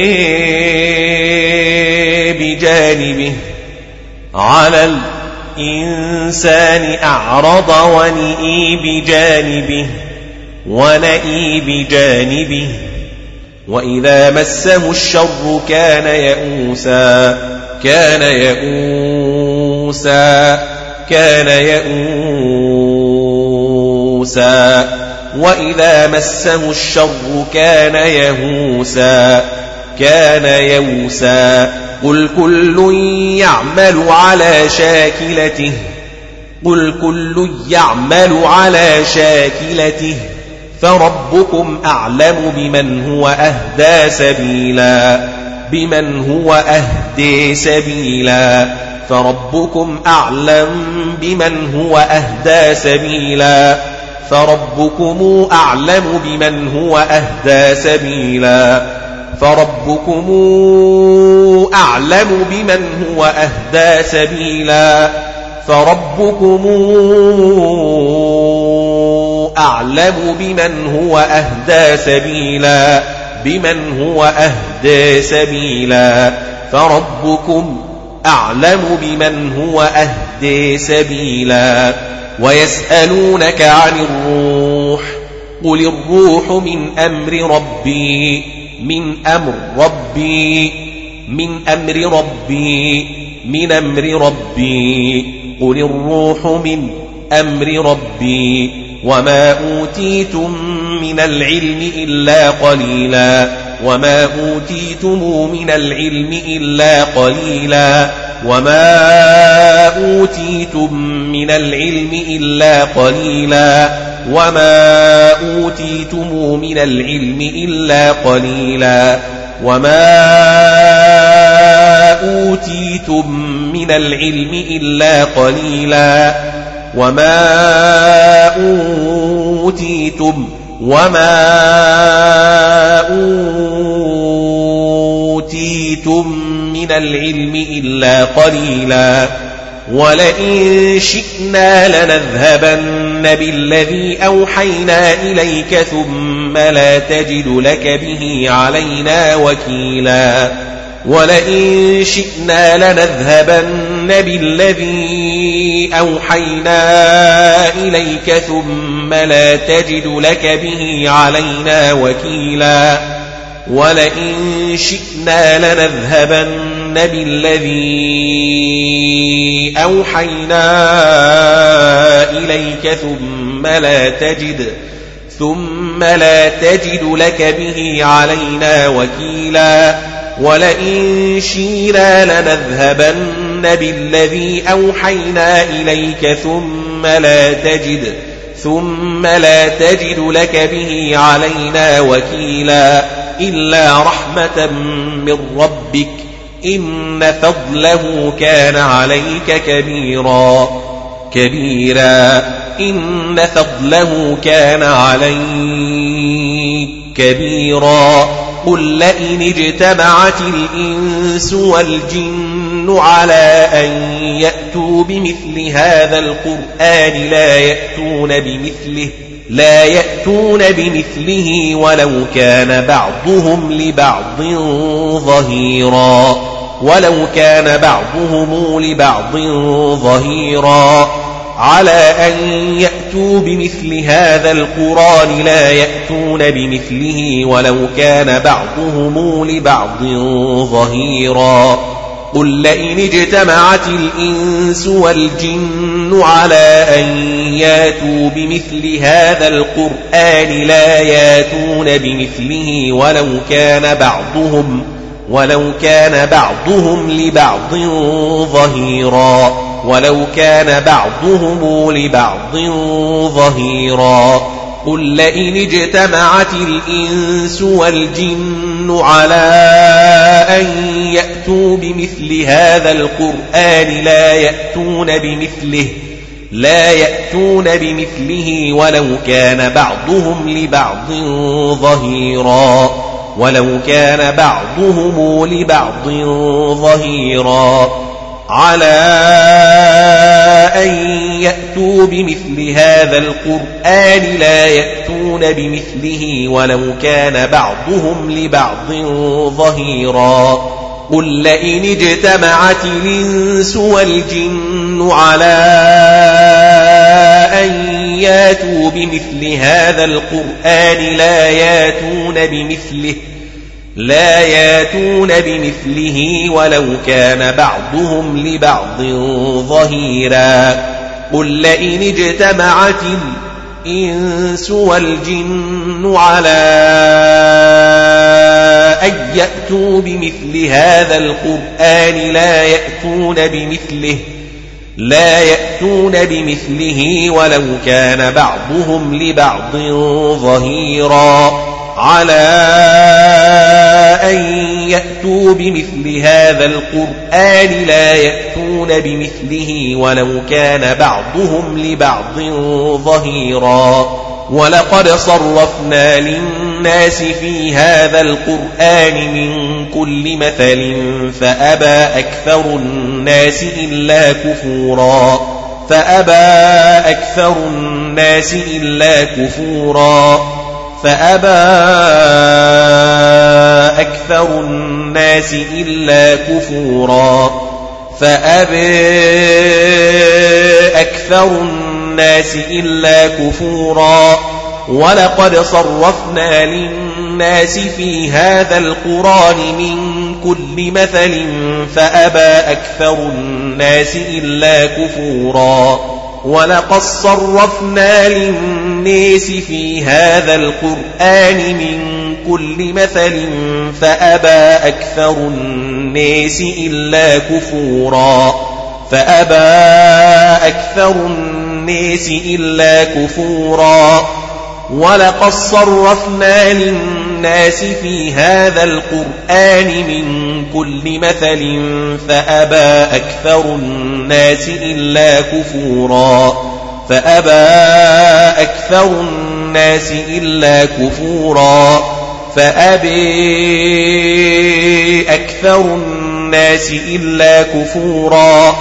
بجانبه على الإنسان أعرض ونئي بجانبه ونئي بجانبه وإذا مسه الشر كان يئوسا كان يئوسا كان يئوسا وإذا مسه الشر كان يهوسا كان يوسا قل كل يعمل على شاكلته قل كل يعمل على شاكلته فربكم أعلم بمن هو أهدى سبيلا بمن هو أهدى سبيلا فربكم أعلم بمن هو أهدى سبيلا فربكم أعلم بمن هو أهدى سبيلا فربكم أعلم بمن هو أهدى سبيلا فربكم أعلم بمن هو أهدى سبيلا بمن هو أهدى سبيلا فربكم أعلم بمن هو أهدى سبيلا ويسألونك عن الروح قل الروح من أمر ربي من أمر ربي من أمر ربي من أمر ربي قل الروح من أمر ربي وما أوتيتم من العلم إلا قليلا وما أوتيتم من العلم إلا قليلا وما أوتيتم من العلم إلا قليلا وما أوتيتم من العلم إلا قليلا وما أوتيتم من العلم إلا قليلا وما أوتيتم وما أوتيتم من العلم إلا قليلا ولئن شئنا لنذهبن بالذي أوحينا إليك ثم لا تجد لك به علينا وكيلا ولئن شئنا لنذهبن بالذي أوحينا إليك ثم لا تجد لك به علينا وكيلا ولئن شئنا لنذهبن بالذي أوحينا إليك ثم لا تجد ثم لا تجد لك به علينا وكيلا ولئن شئنا لنذهبن بالذي أوحينا إليك ثم لا تجد ثم لا تجد لك به علينا وكيلا إلا رحمة من ربك إن فضله كان عليك كبيرا كبيرا إن فضله كان عليك كبيرا قل لئن اجتمعت الإنس والجن على أن يأتوا بمثل هذا القرآن لا يأتون بمثله لا يأتون بمثله ولو كان بعضهم لبعض ظهيرا ولو كان بعضهم لبعض ظهيرا على أن يأتوا بمثل هذا القرآن لا يأتون بمثله ولو كان بعضهم لبعض ظهيرا قل لئن اجتمعت الإنس والجن على أن ياتوا بمثل هذا القرآن لا ياتون بمثله ولو كان بعضهم ولو كان بعضهم لبعض ظهيرا ولو كان بعضهم لبعض ظهيرا قل لئن اجتمعت الإنس والجن على أن يأتوا بمثل هذا القرآن لا يأتون بمثله لا يأتون بمثله ولو كان بعضهم لبعض ظهيرا ولو كان بعضهم لبعض ظهيرا على أن يأتوا بمثل هذا القرآن لا يأتون بمثله ولو كان بعضهم لبعض ظهيرا قل لئن اجتمعت الإنس والجن على أن ياتوا بمثل هذا القرآن لا ياتون بمثله لا ياتون بمثله ولو كان بعضهم لبعض ظهيرا قل لئن اجتمعت الإنس والجن على أن يأتوا بمثل هذا القرآن لا يأتون بمثله لا يأتون بمثله ولو كان بعضهم لبعض ظهيرا على أن يأتوا بمثل هذا القرآن لا يأتون بمثله ولو كان بعضهم لبعض ظهيرا ولقد صرفنا للناس في هذا القرآن من كل مثل فأبى أكثر الناس إلا كفورا فأبى أكثر الناس إلا كفورا فأبى أكثر الناس إلا كفورا فأبى أكثر الناس إلا كفورا ولقد صرفنا للناس في هذا القرآن من كل مثل فأبى أكثر الناس إلا كفورا ولقد صرفنا للناس في هذا القرآن من كل مثل فأبى أكثر الناس إلا كفورا فأبى أكثر الناس إلا كفورا ولقد صرفنا للناس في هذا القرآن من كل مثل فأبى أكثر الناس إلا كفورا فأبى أكثر الناس إلا كفورا فأبى أكثر الناس إلا كفورا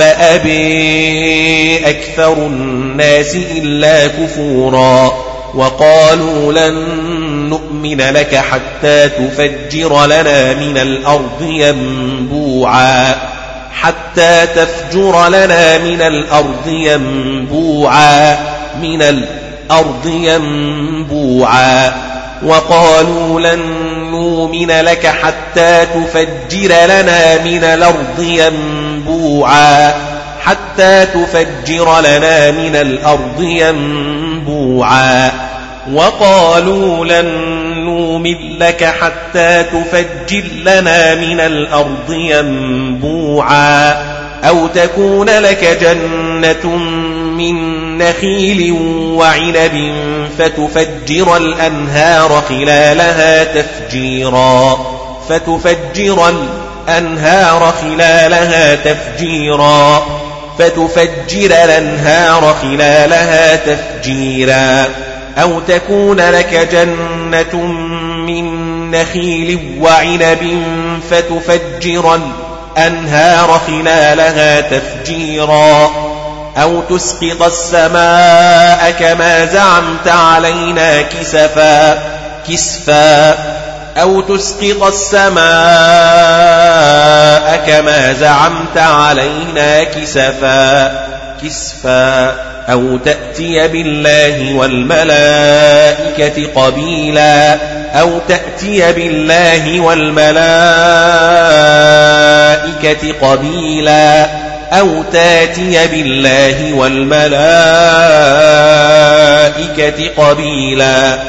فأبى أكثر الناس إلا كفورا وقالوا لن نؤمن لك حتى تفجر لنا من الأرض ينبوعا حتى تفجر لنا من الأرض ينبوعا من الأرض ينبوعا وقالوا لن نؤمن لك حتى تفجر لنا من الأرض ينبوعا حتى تفجر لنا من الأرض ينبوعا وقالوا لن نؤمن لك حتى تفجر لنا من الأرض ينبوعا أو تكون لك جنة من نخيل وعنب فتفجر الأنهار خلالها تفجيرا فتفجر الأنهار خلالها تفجيرا فتفجر الأنهار خلالها تفجيرا أو تكون لك جنة من نخيل وعنب فتفجر الأنهار خلالها تفجيرا أو تسقط السماء كما زعمت علينا كسفا كسفا أو تسقط السماء كما زعمت علينا كسفا كسفا أو تأتي بالله والملائكة قبيلا أو تأتي بالله والملائكة قبيلا أو تأتي بالله والملائكة قبيلا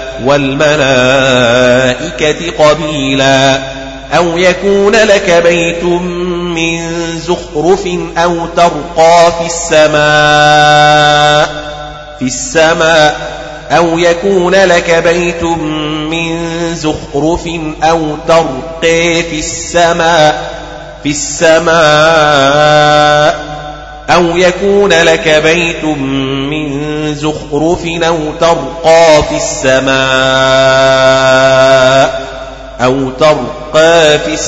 والملائكة قبيلا أو يكون لك بيت من زخرف أو ترقى في السماء في السماء أو يكون لك بيت من زخرف أو ترقى في السماء في السماء أو يكون لك بيت من زخرف أو ترقى في السماء أو ترقى في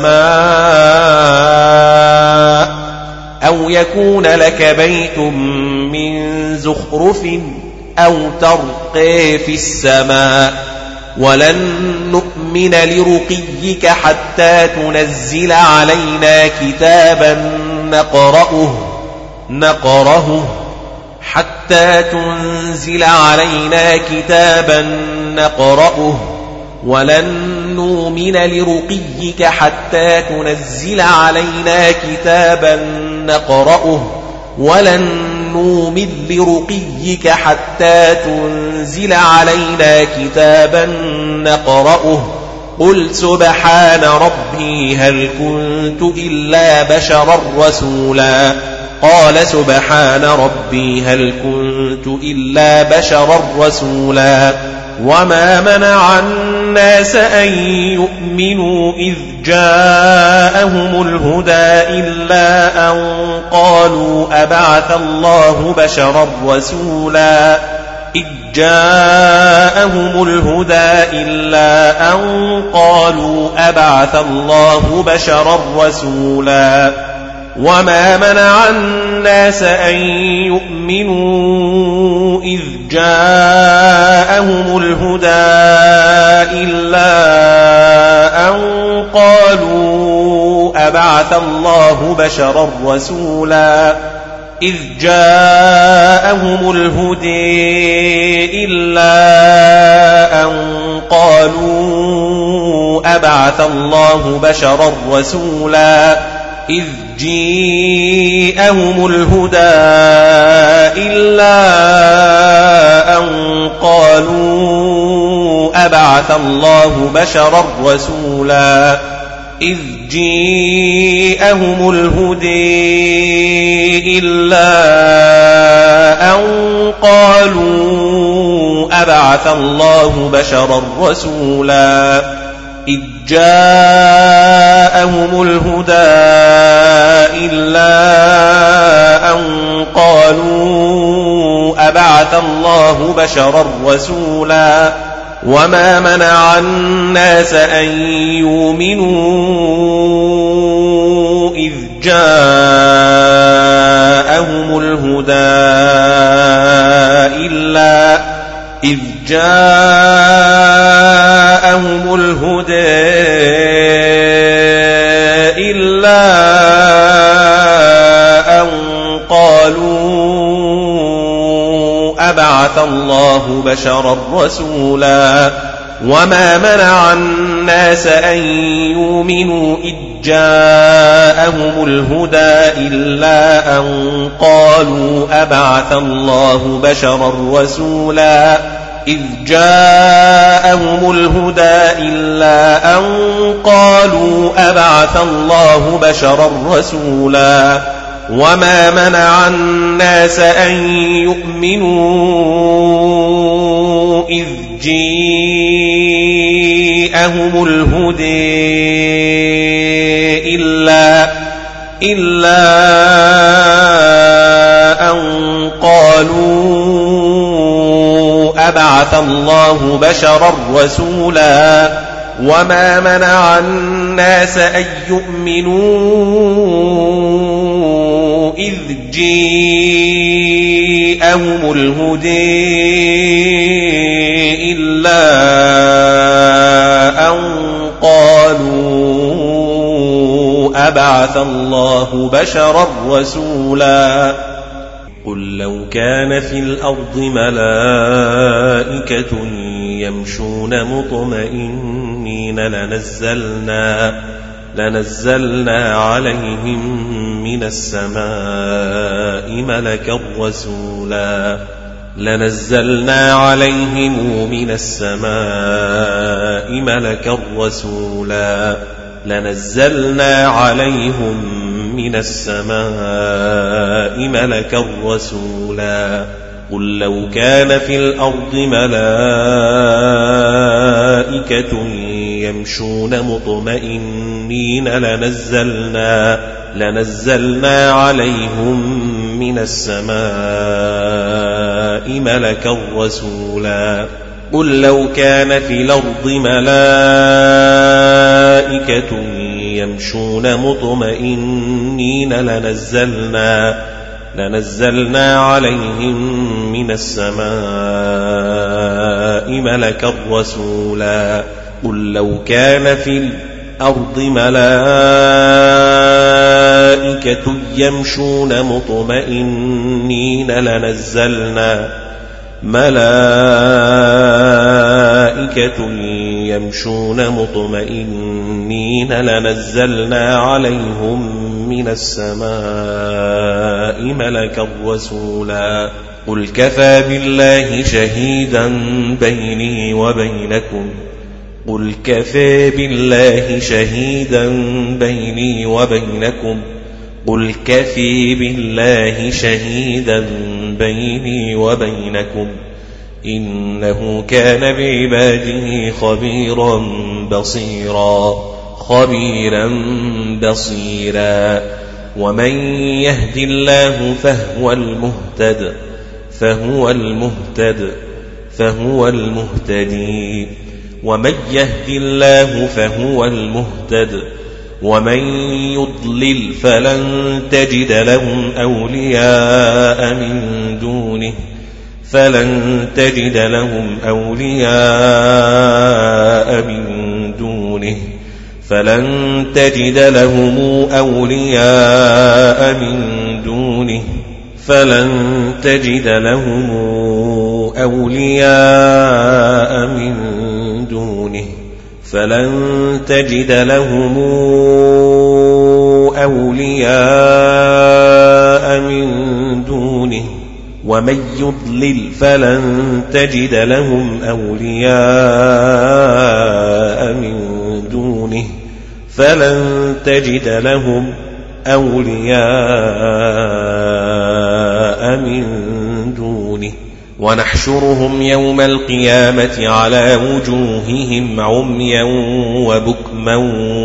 السماء أو يكون لك بيت من زخرف أو ترقى في السماء ولن نؤمن لرقيك حتى تنزل علينا كتابا نقرأه نقرأه حتى تنزل علينا كتابا نقرأه ولن نؤمن لرقيك حتى تنزل علينا كتابا نقرأه ولن نؤمن لرقيك حتى تنزل علينا كتابا نقرأه قل سبحان ربي هل كنت إلا بشرا رسولا قال سبحان ربي هل كنت إلا بشرا رسولا وما منع الناس أن يؤمنوا إذ جاءهم الهدى إلا أن قالوا أبعث الله بشرا رسولا إذ جاءهم الهدى إلا أن قالوا أبعث الله بشرا رسولا وما منع الناس أن يؤمنوا إذ جاءهم الهدى إلا أن قالوا أبعث الله بشرا رسولا إذ جاءهم الهدى إلا أن قالوا أبعث الله بشرا رسولا إذ جاءهم الهدى إلا أن قالوا أبعث الله بشرا رسولا إذ جاءهم الهدى إلا أن قالوا أبعث الله بشرا رسولا إذ جاءهم الهدى إلا أن قالوا أبعث الله بشرا رسولا وما منع الناس أن يؤمنوا إذ جاءهم الهدى إلا إذ جاءهم الهدى إلا أن قالوا أبعث الله بشرا رسولا وما منع الناس أن يؤمنوا إذ جاءهم الهدى إلا أن قالوا أبعث الله بشرا رسولا إذ جاءهم الهدى إلا أن قالوا أبعث الله بشرا رسولا وما منع الناس أن يؤمنوا إذ جاءهم الهدى إلا إلا أن قالوا أبعث الله بشرا رسولا وما منع الناس أن يؤمنوا إذ جاءهم الهدى إلا أن قالوا أبعث الله بشرا رسولا قل لو كان في الأرض ملائكة يمشون مطمئنين لنزلنا لنزلنا عليهم من السماء ملكا رسولا لنزلنا عليهم من السماء ملكا رسولا لنزلنا عليهم من السماء ملكا رسولا قل لو كان في الأرض ملائكة يمشون مطمئنين لنزلنا, لنزلنا عليهم من السماء ملكا رسولا قل لو كان في الأرض ملائكة يمشون مطمئنين لنزلنا, لنزلنا عليهم من السماء ملكا رسولا قل لو كان في الأرض ملائكة يمشون مطمئنين لنزلنا ملائكة يمشون مطمئنين لنزلنا عليهم من السماء ملكا رسولا قل كفى بالله شهيدا بيني وبينكم قل كفى بالله شهيدا بيني وبينكم قل كفى بالله شهيدا بيني وبينكم إنه كان بعباده خبيرا بصيرا خبيرا بصيرا ومن يهد الله فهو المهتد فهو المهتد فهو المهتدي ومن يهد الله فهو المهتد ومن يضلل فلن تجد لهم أولياء من دونه فلن تجد لهم أولياء من دونه فلن تجد لهم أولياء من دونه فلن تجد لهم أولياء من دونه فلن تجد لهم أولياء من دونه ومن يضلل فلن تجد لهم أولياء من دونه فلن تجد لهم أولياء من دونه ونحشرهم يوم القيامة على وجوههم عميا وبكما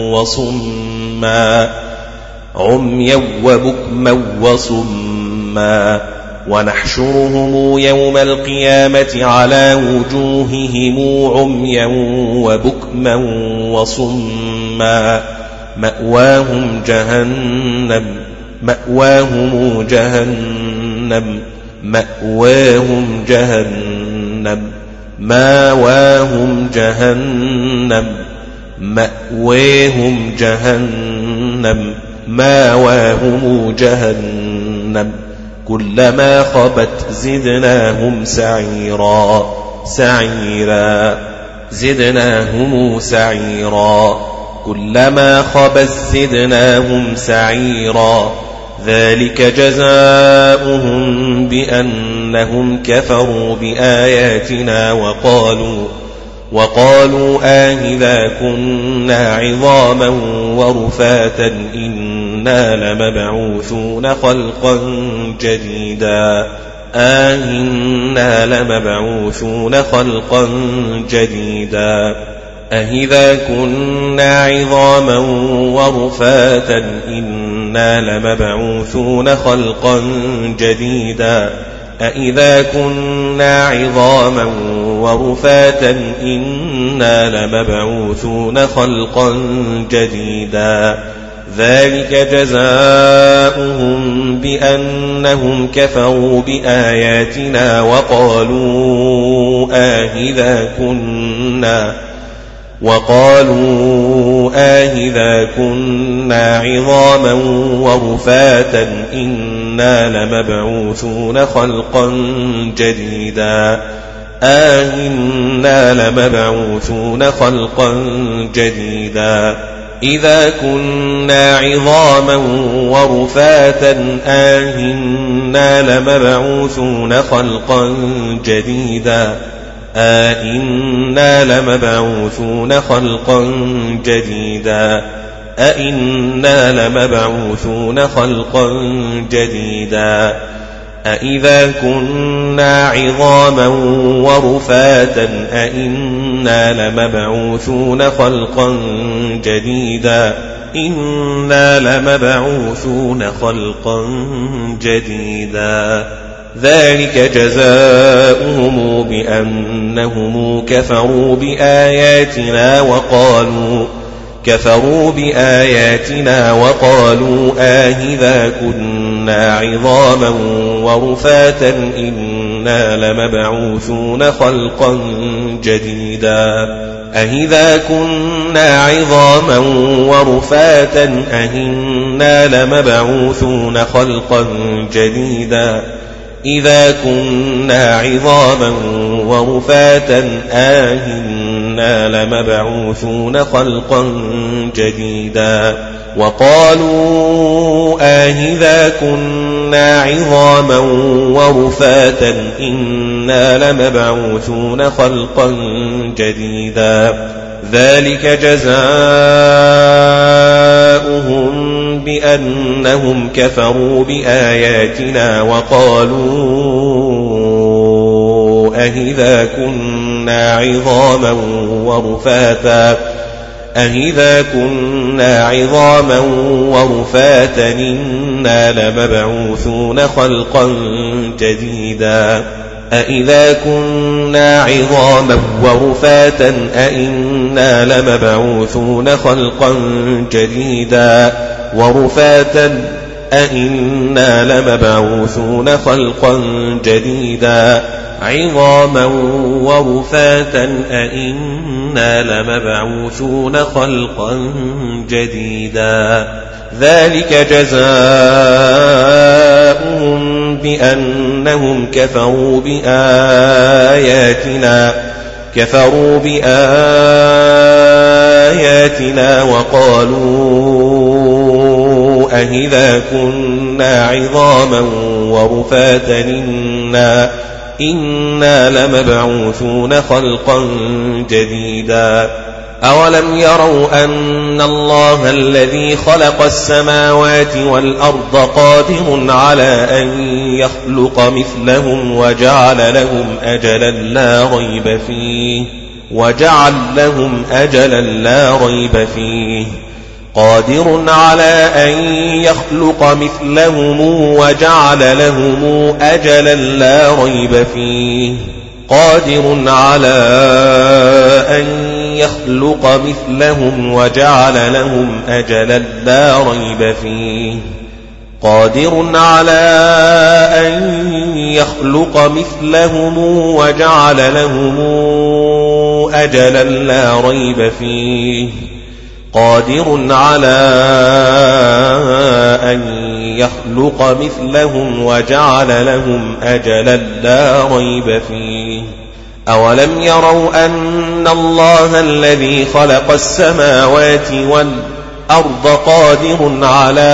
وصما عميا وبكما وصما ونحشرهم يوم القيامة على وجوههم عميا وبكما وصما مأواهم جهنم مأواهم جهنم مأواهم جهنم مأواهم جهنم مأواهم جهنم مأواهم جهنم كلما خبت زدناهم سعيرا سعيرا زدناهم سعيرا كلما خبت زدناهم سعيرا ذلك جزاؤهم بأنهم كفروا بآياتنا وقالوا وقالوا آئذا كنا عظاما ورفاتا إنا لمبعوثون خلقا جديدا آئنا لمبعوثون خلقا جديدا أئذا كنا عظاما ورفاتا إنا لمبعوثون خلقا جديدا أئذا كنا عظاما ورفاتا إنا لمبعوثون خلقا جديدا ذلك جزاؤهم بأنهم كفروا بآياتنا وقالوا آئذا كنا وقالوا آئذا كنا عظاما ورفاتا إنا لمبعوثون خلقا جديدا آئنا لمبعوثون خلقا جديدا إذا كنا عظاما ورفاتا آئنا لمبعوثون خلقا جديدا آئنا لمبعوثون خلقا جديدا أئنا لمبعوثون خلقا جديدا أئذا كنا عظاما ورفاتا أئنا لمبعوثون خلقا جديدا إنا لمبعوثون خلقا جديدا ذلك جزاؤهم بأنهم كفروا بآياتنا وقالوا كفروا بآياتنا وقالوا آهذا كنا عظاما ورفاتا إنا لمبعوثون خلقا جديدا أهذا كنا عظاما ورفاتا أهنا لمبعوثون خلقا جديدا إذا كنا عظاما ورفاتا آهنا لمبعوثون خلقا جديدا وقالوا آهذا كنا عظاما ورفاتا إنا لمبعوثون خلقا جديدا ذلك جزاؤهم بأنهم كفروا بآياتنا وقالوا أهذا كنا عظاما ورفاتا أهذا كنا عظاما ورفاتا إنا لمبعوثون خلقا جديدا أئذا كنا عظاما ورفاتا أئنا لمبعوثون خلقا جديدا ورفاتا أئنا لمبعوثون خلقا جديدا عظاما ورفاتا أئنا لمبعوثون خلقا جديدا ذلك جزاؤهم بأنهم كفروا بآياتنا كفروا بآياتنا وقالوا أهذا كنا عظاما ورفاتا إنا إنا لمبعوثون خلقا جديدا أولم يروا أن الله الذي خلق السماوات والأرض قادر على أن يخلق مثلهم وجعل لهم أجلا لا ريب فيه وجعل لهم أجلا لا ريب فيه قادر على أن يخلق مثلهم وجعل لهم أجلا لا ريب فيه قادر على أن يخلق مثلهم وجعل لهم أجلا لا ريب فيه قادر على أن يخلق مثلهم وجعل لهم أجلا لا ريب فيه قادر على أن يخلق مثلهم وجعل لهم أجلا لا ريب فيه أولم يروا أن الله الذي خلق السماوات والأرض قادر على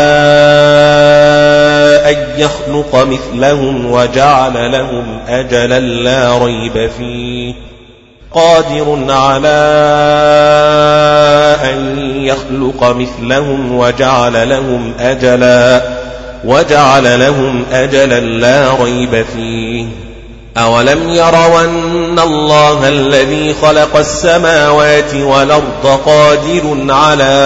أن يخلق مثلهم وجعل لهم أجلا لا ريب فيه قادر على أن يخلق مثلهم وجعل لهم أجلا وجعل لهم أجلا لا ريب فيه أولم يروا أن الله الذي خلق السماوات والأرض قادر على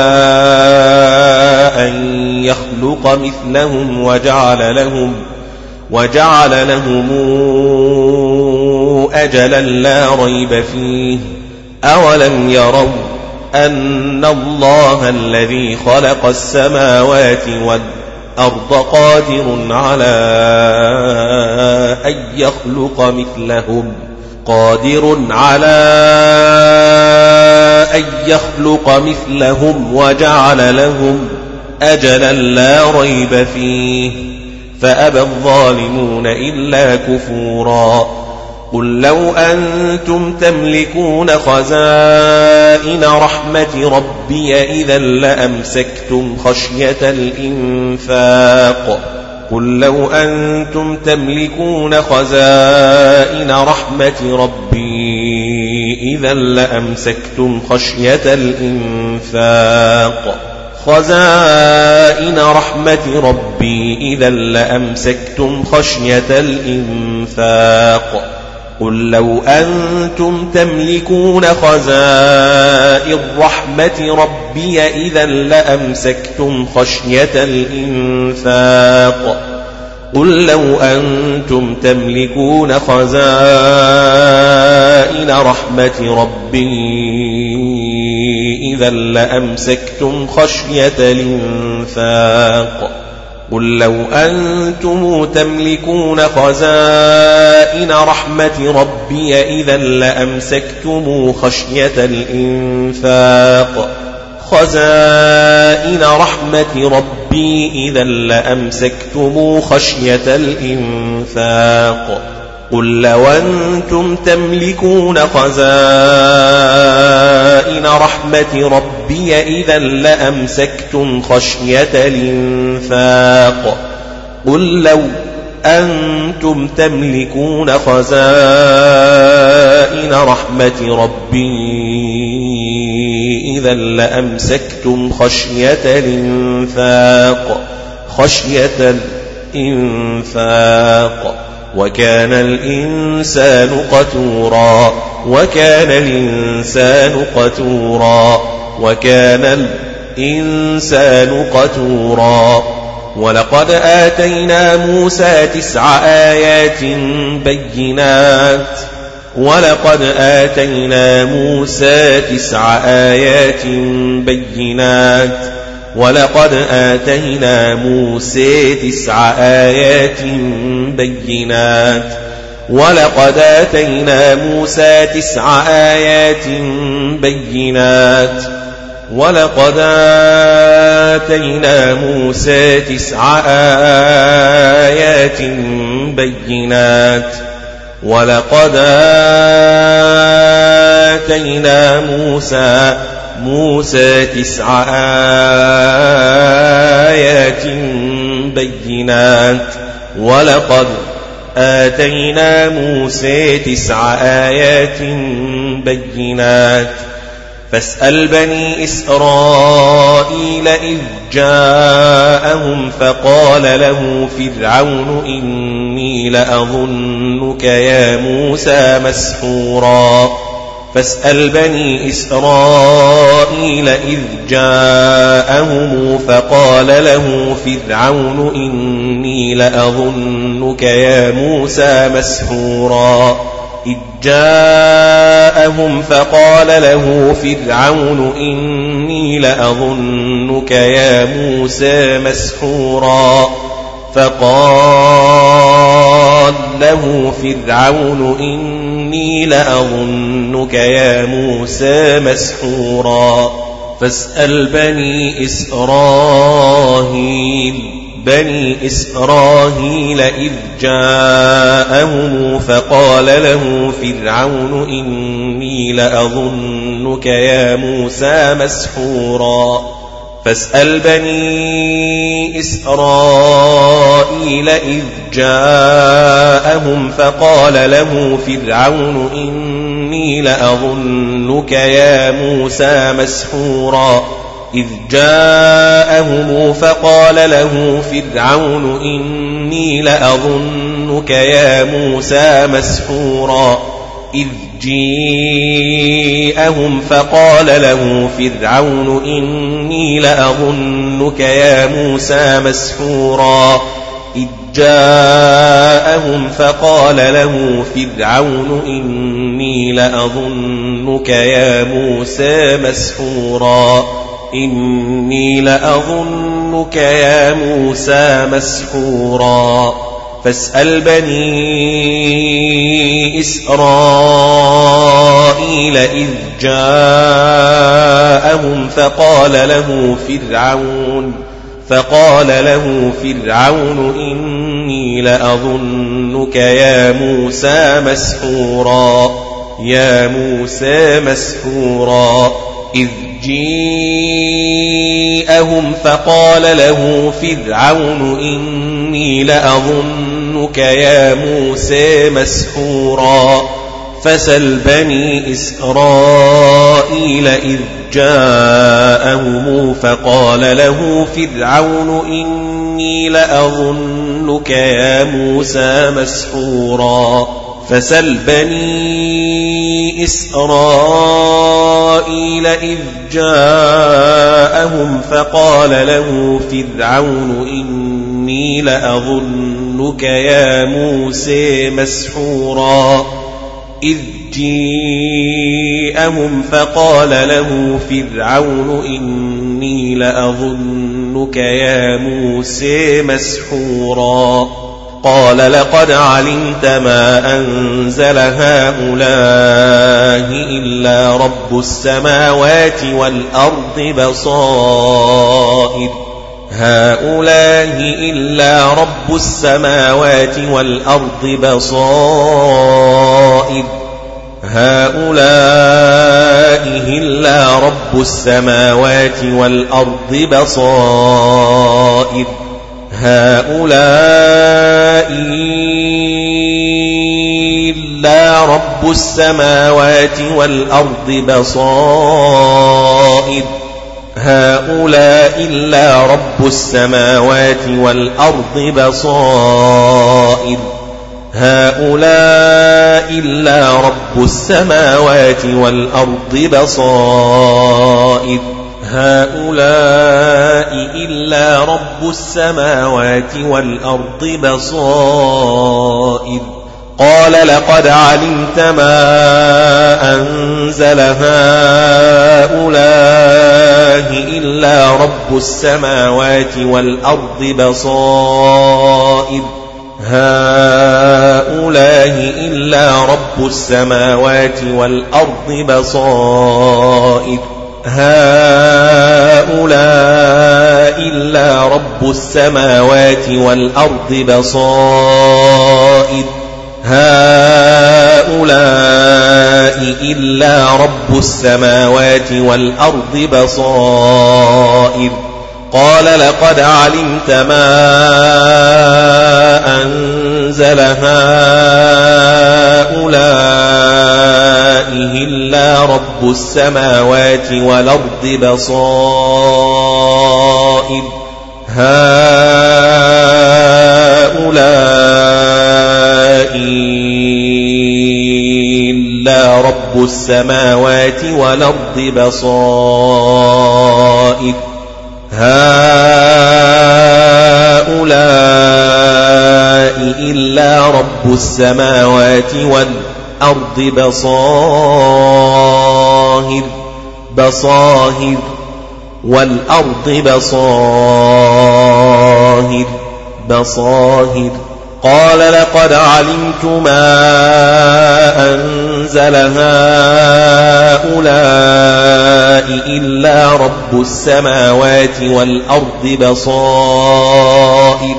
أن يخلق مثلهم وجعل لهم وجعل لهم أجلا لا ريب فيه أولم يروا أن الله الذي خلق السماوات والأرض قادر على أن يخلق مثلهم قادر على أن يخلق مثلهم وجعل لهم أجلا لا ريب فيه فأبى الظالمون إلا كفورا قل لو أنتم تملكون خزائن رحمة ربي إذا لأمسكتم خشية الإنفاق قل لو أنتم تملكون خزائن رحمة ربي إذا لأمسكتم خشية الإنفاق خزائن رحمة ربي إذا لأمسكتم خشية الإنفاق قل لو أنتم تملكون خزائن رحمة ربي إذا لأمسكتم خشية الإنفاق قل لو أنتم تملكون خزائن رحمة ربي إذا لأمسكتم خشية الإنفاق قل لو أنتم تملكون خزائن رحمة ربي إذا لأمسكتم خشية الإنفاق خزائن رحمة ربي إذا لأمسكتم خشية الإنفاق قل لو أنتم تملكون خزائن رحمة ربي إذا لأمسكتم خشية الإنفاق قل لو أنتم تملكون خزائن رحمة ربي إذا لأمسكتم خشية الإنفاق خشية الإنفاق وكان الإنسان قتورا وكان الإنسان قتورا وكان الإنسان قتورا ولقد آتينا موسى تسع آيات بينات ولقد آتينا موسى تسع آيات بينات ولقد آتينا موسى تسع آيات بينات ولقد آتينا موسى تسع آيات بينات ولقد آتينا موسى تسع آيات بينات ولقد آتينا موسى موسى تسع آيات بينات ولقد آتينا موسى تسع آيات بينات فاسأل بني إسرائيل إذ جاءهم فقال له فرعون إني لأظنك يا موسى مسحورا فاسأل بني إسرائيل إذ جاءهم فقال له فرعون إني لأظنك يا موسى مسحورا إذ جاءهم فقال له فرعون إني لأظنك يا موسى مسحورا فقال له فرعون إني لأظنك يا موسى مسحورا فاسأل بني إسرائيل بني إسرائيل إذ جاءهم فقال له فرعون إني لأظنك يا موسى مسحورا فاسأل بني إسرائيل إذ جاءهم فقال له فرعون إني لأظنك يا موسى مسحورا إذ جاءهم فقال له فرعون إني لأظنك يا موسى مسحورا إذ جاءهم فقال له فرعون إني لأظنك يا موسى مسحورا إذ جاءهم فقال له فرعون إني لأظنك يا موسى مسحورا إني لأظنك يا موسى مسحورا فاسأل بني إسرائيل إذ جاءهم فقال له فرعون فقال له فرعون إني لأظنك يا موسى مسحورا يا موسى مسحورا إذ جاءهم فقال له فرعون إني لأظنك يا موسى مسحورا فسل بني إسرائيل إذ جاءهم فقال له فرعون إني لأظنك يا موسى مسحورا فسل بني إسرائيل إذ جاءهم فقال له فرعون إني لأظنك يا موسى مسحورا إذ جاءهم فقال له فرعون إني لأظنك يا موسى مسحورا قال لقد علمت ما أنزل هؤلاء إلا رب السماوات والأرض بصائر هؤلاء إلا رب السماوات والأرض بصائر هؤلاء إلا رب السماوات والأرض بصائر هؤلاء إلا رب السماوات والأرض بصائر هؤلاء إلا رب السماوات والأرض بصائر هؤلاء إلا رب السماوات والأرض بصائر هؤلاء إلا رب السماوات والأرض بصائر قال لقد علمت ما أنزل هؤلاء إلا رب السماوات والأرض بصائر هؤلاء إلا رب السماوات والأرض بصائر هؤلاء إلا رب السماوات والأرض بصائر هؤلاء إلا رب السماوات والأرض بصائر قال لقد علمت ما أنزل هؤلاء إلا رب السماوات والأرض بصائر هؤلاء إلا رب السماوات والأرض بصائر هؤلاء إلا رب السماوات والأرض بصائر بصائر والأرض بصائر بصائر قال لقد علمت ما أنزل هؤلاء إلا رب السماوات والأرض بصائر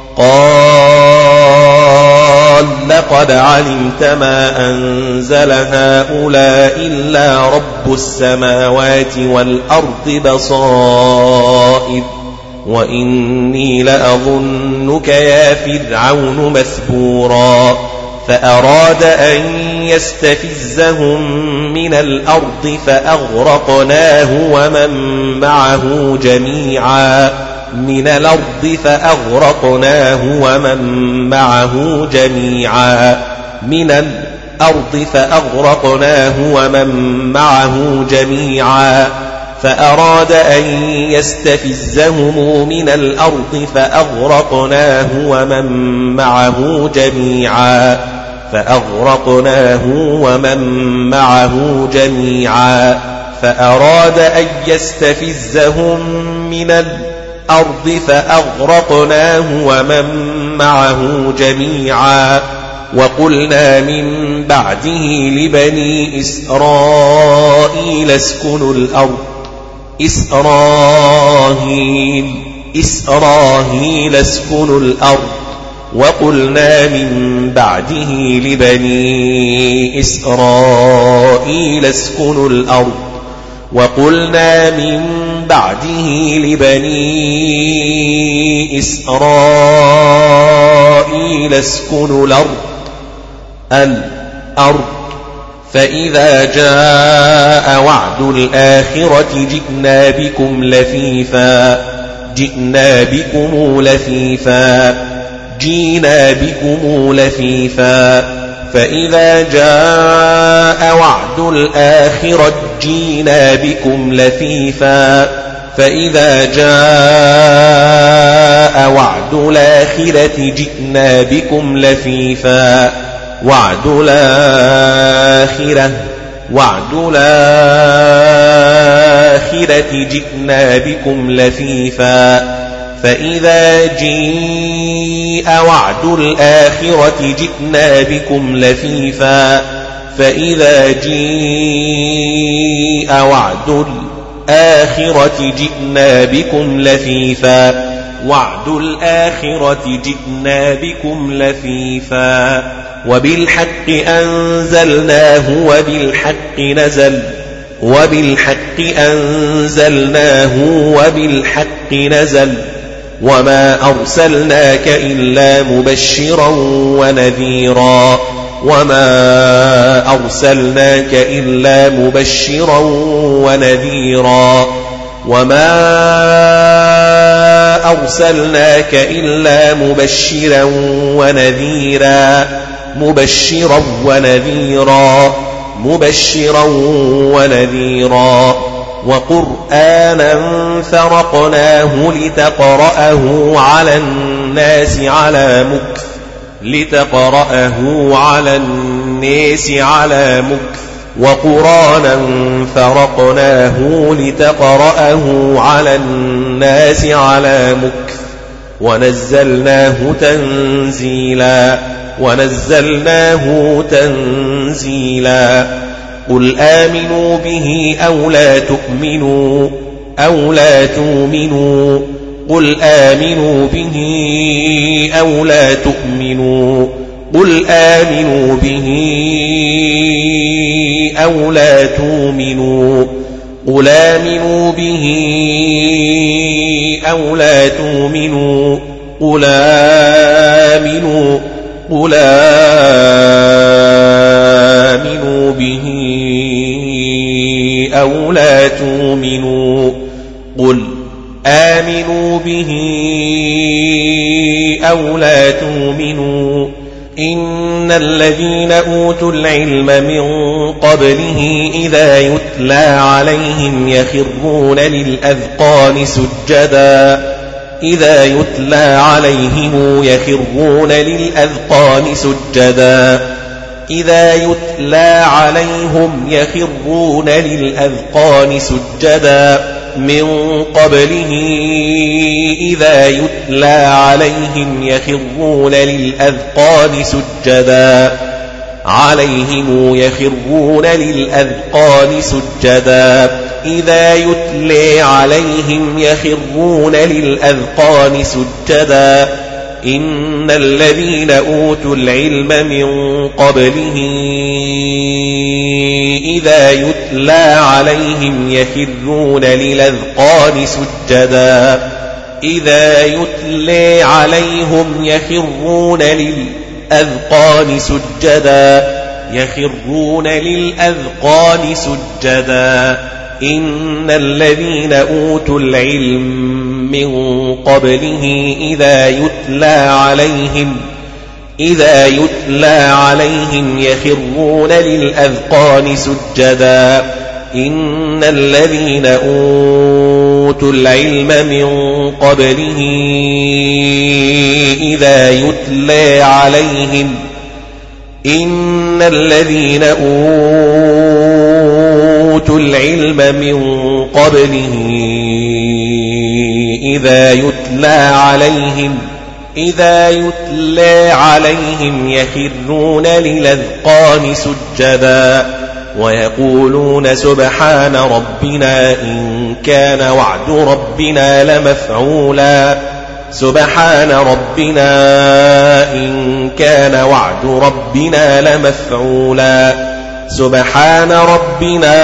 قال لقد علمت ما أنزل هؤلاء إلا رب السماوات والأرض بصائر وإني لأظنك يا فرعون مثبورا فأراد أن يستفزهم من الأرض فأغرقناه ومن معه جميعا من الأرض فأغرقناه ومن معه جميعا من الأرض فأغرقناه ومن معه جميعا فأراد أن يستفزهم من الأرض فأغرقناه ومن معه جميعا فأغرقناه ومن معه جميعا فأراد أن يستفزهم من الأرض فأغرقناه ومن معه جميعا وقلنا من بعده لبني إسرائيل اسكنوا الأرض إسرائيل إسرائيل اسكنوا الأرض وقلنا من بعده لبني إسرائيل اسكنوا الأرض وقلنا من بعده لبني إسرائيل اسكنوا الأرض الأرض فإذا جاء وعد الآخرة جئنا بكم لفيفا جئنا بكم لفيفا جينا بكم لفيفا فإذا جاء وعد الآخرة جينا بكم لفيفا فإذا جاء وعد الآخرة جئنا بكم لفيفا وعد الآخرة وعد الآخرة جئنا بكم لفيفا فإذا جاء وعد الآخرة جئنا بكم لفيفا فإذا جاء وعد الآخرة جئنا بكم لفيفا وعد الآخرة جئنا بكم لفيفا وبالحق أنزلناه وبالحق نزل وبالحق أنزلناه وبالحق نزل وما أرسلناك إلا مبشرا ونذيرا وما أرسلناك إلا مبشرا ونذيرا وما أرسلناك إلا مبشرا ونذيرا مبشرا ونذيرا مبشرا ونذيرا وقرآنا فرقناه لتقرأه على الناس على مكث لتقرأه على الناس على مكث وقرآنا فرقناه لتقرأه على الناس على مكث ونزلناه تنزيلا ونزلناه تنزيلا قل آمنوا به أو لا تؤمنوا أو لا تؤمنوا قل آمنوا به أو لا تؤمنوا قل آمنوا به أو لا تؤمنوا قل آمنوا به أو لا تؤمنوا قل آمنوا قل آمنوا به أو لا تؤمنوا قل آمنوا به أو لا تؤمنوا إن الذين أوتوا العلم من قبله إذا يتلى عليهم يخرون للأذقان سجدا إذا يتلى عليهم يخرون للأذقان سجدا إذا يتلى عليهم يخرون للأذقان سجدا من قبله إذا يتلى عليهم يخرون للأذقان سجدا عليهم يخرون للأذقان سجدا إذا يتلى عليهم يخرون للأذقان سجدا إن الذين أوتوا العلم من قبله إذا يتلى عليهم يخرون للأذقان سجدا إذا يتلى عليهم يخرون للأذقان سجدا يخرون للأذقان سجدا إن الذين أوتوا العلم من قبله إذا يتلى عليهم إذا يتلى عليهم يخرون للأذقان سجدا إن الذين أوتوا العلم من قبله إذا يتلى عليهم إن الذين أوتوا العلم من قبله إذا يتلى عليهم إذا يتلى عليهم يخرون للأذقان سجدا ويقولون سبحان ربنا إن كان وعد ربنا لمفعولا سبحان ربنا إن كان وعد ربنا لمفعولا سبحان ربنا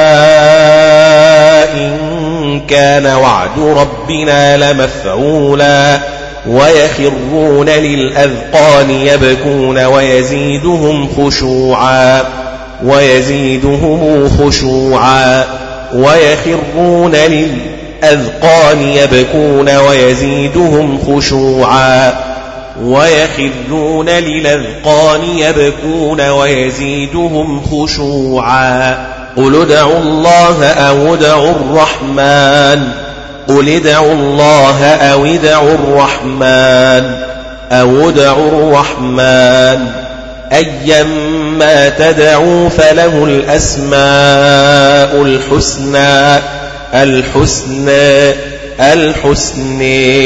إن كان وعد ربنا لمفعولا ويخرون للأذقان يبكون ويزيدهم خشوعا ويزيدهم خشوعا ويخرون للأذقان يبكون ويزيدهم خشوعا ويخرون للأذقان يبكون ويزيدهم خشوعا قل ادعوا الله أو ادعوا الرحمن قل ادعوا الله أو ادعوا الرحمن أو ادعوا الرحمن أيما تدعوا فله الأسماء الحسنى الحسنى الحسنى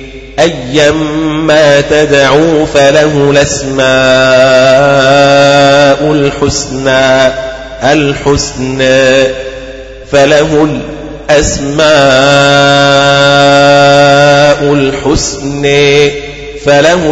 أيما تدعوا فله الأسماء الحسنى الحسنى فله الأسماء الحسنى فله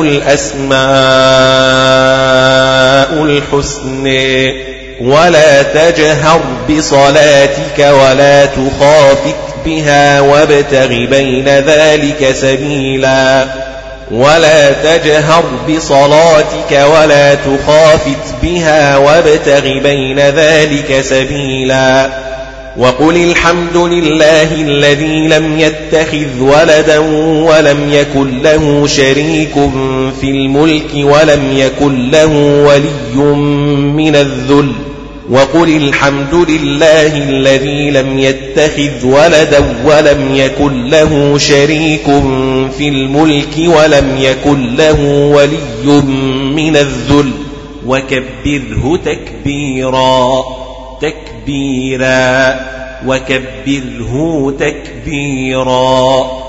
الأسماء الحسنى ولا تجهر بصلاتك ولا تخافت بها وابتغ بين ذلك سبيلا ولا تجهر بصلاتك ولا تخافت بها وابتغ بين ذلك سبيلا وقل الحمد لله الذي لم يتخذ ولدا ولم يكن له شريك في الملك ولم يكن له ولي من الذل وقل الحمد لله الذي لم يتخذ ولدا ولم يكن له شريك في الملك ولم يكن له ولي من الذل وكبره تكبيرا تكبيرا وكبره تكبيرا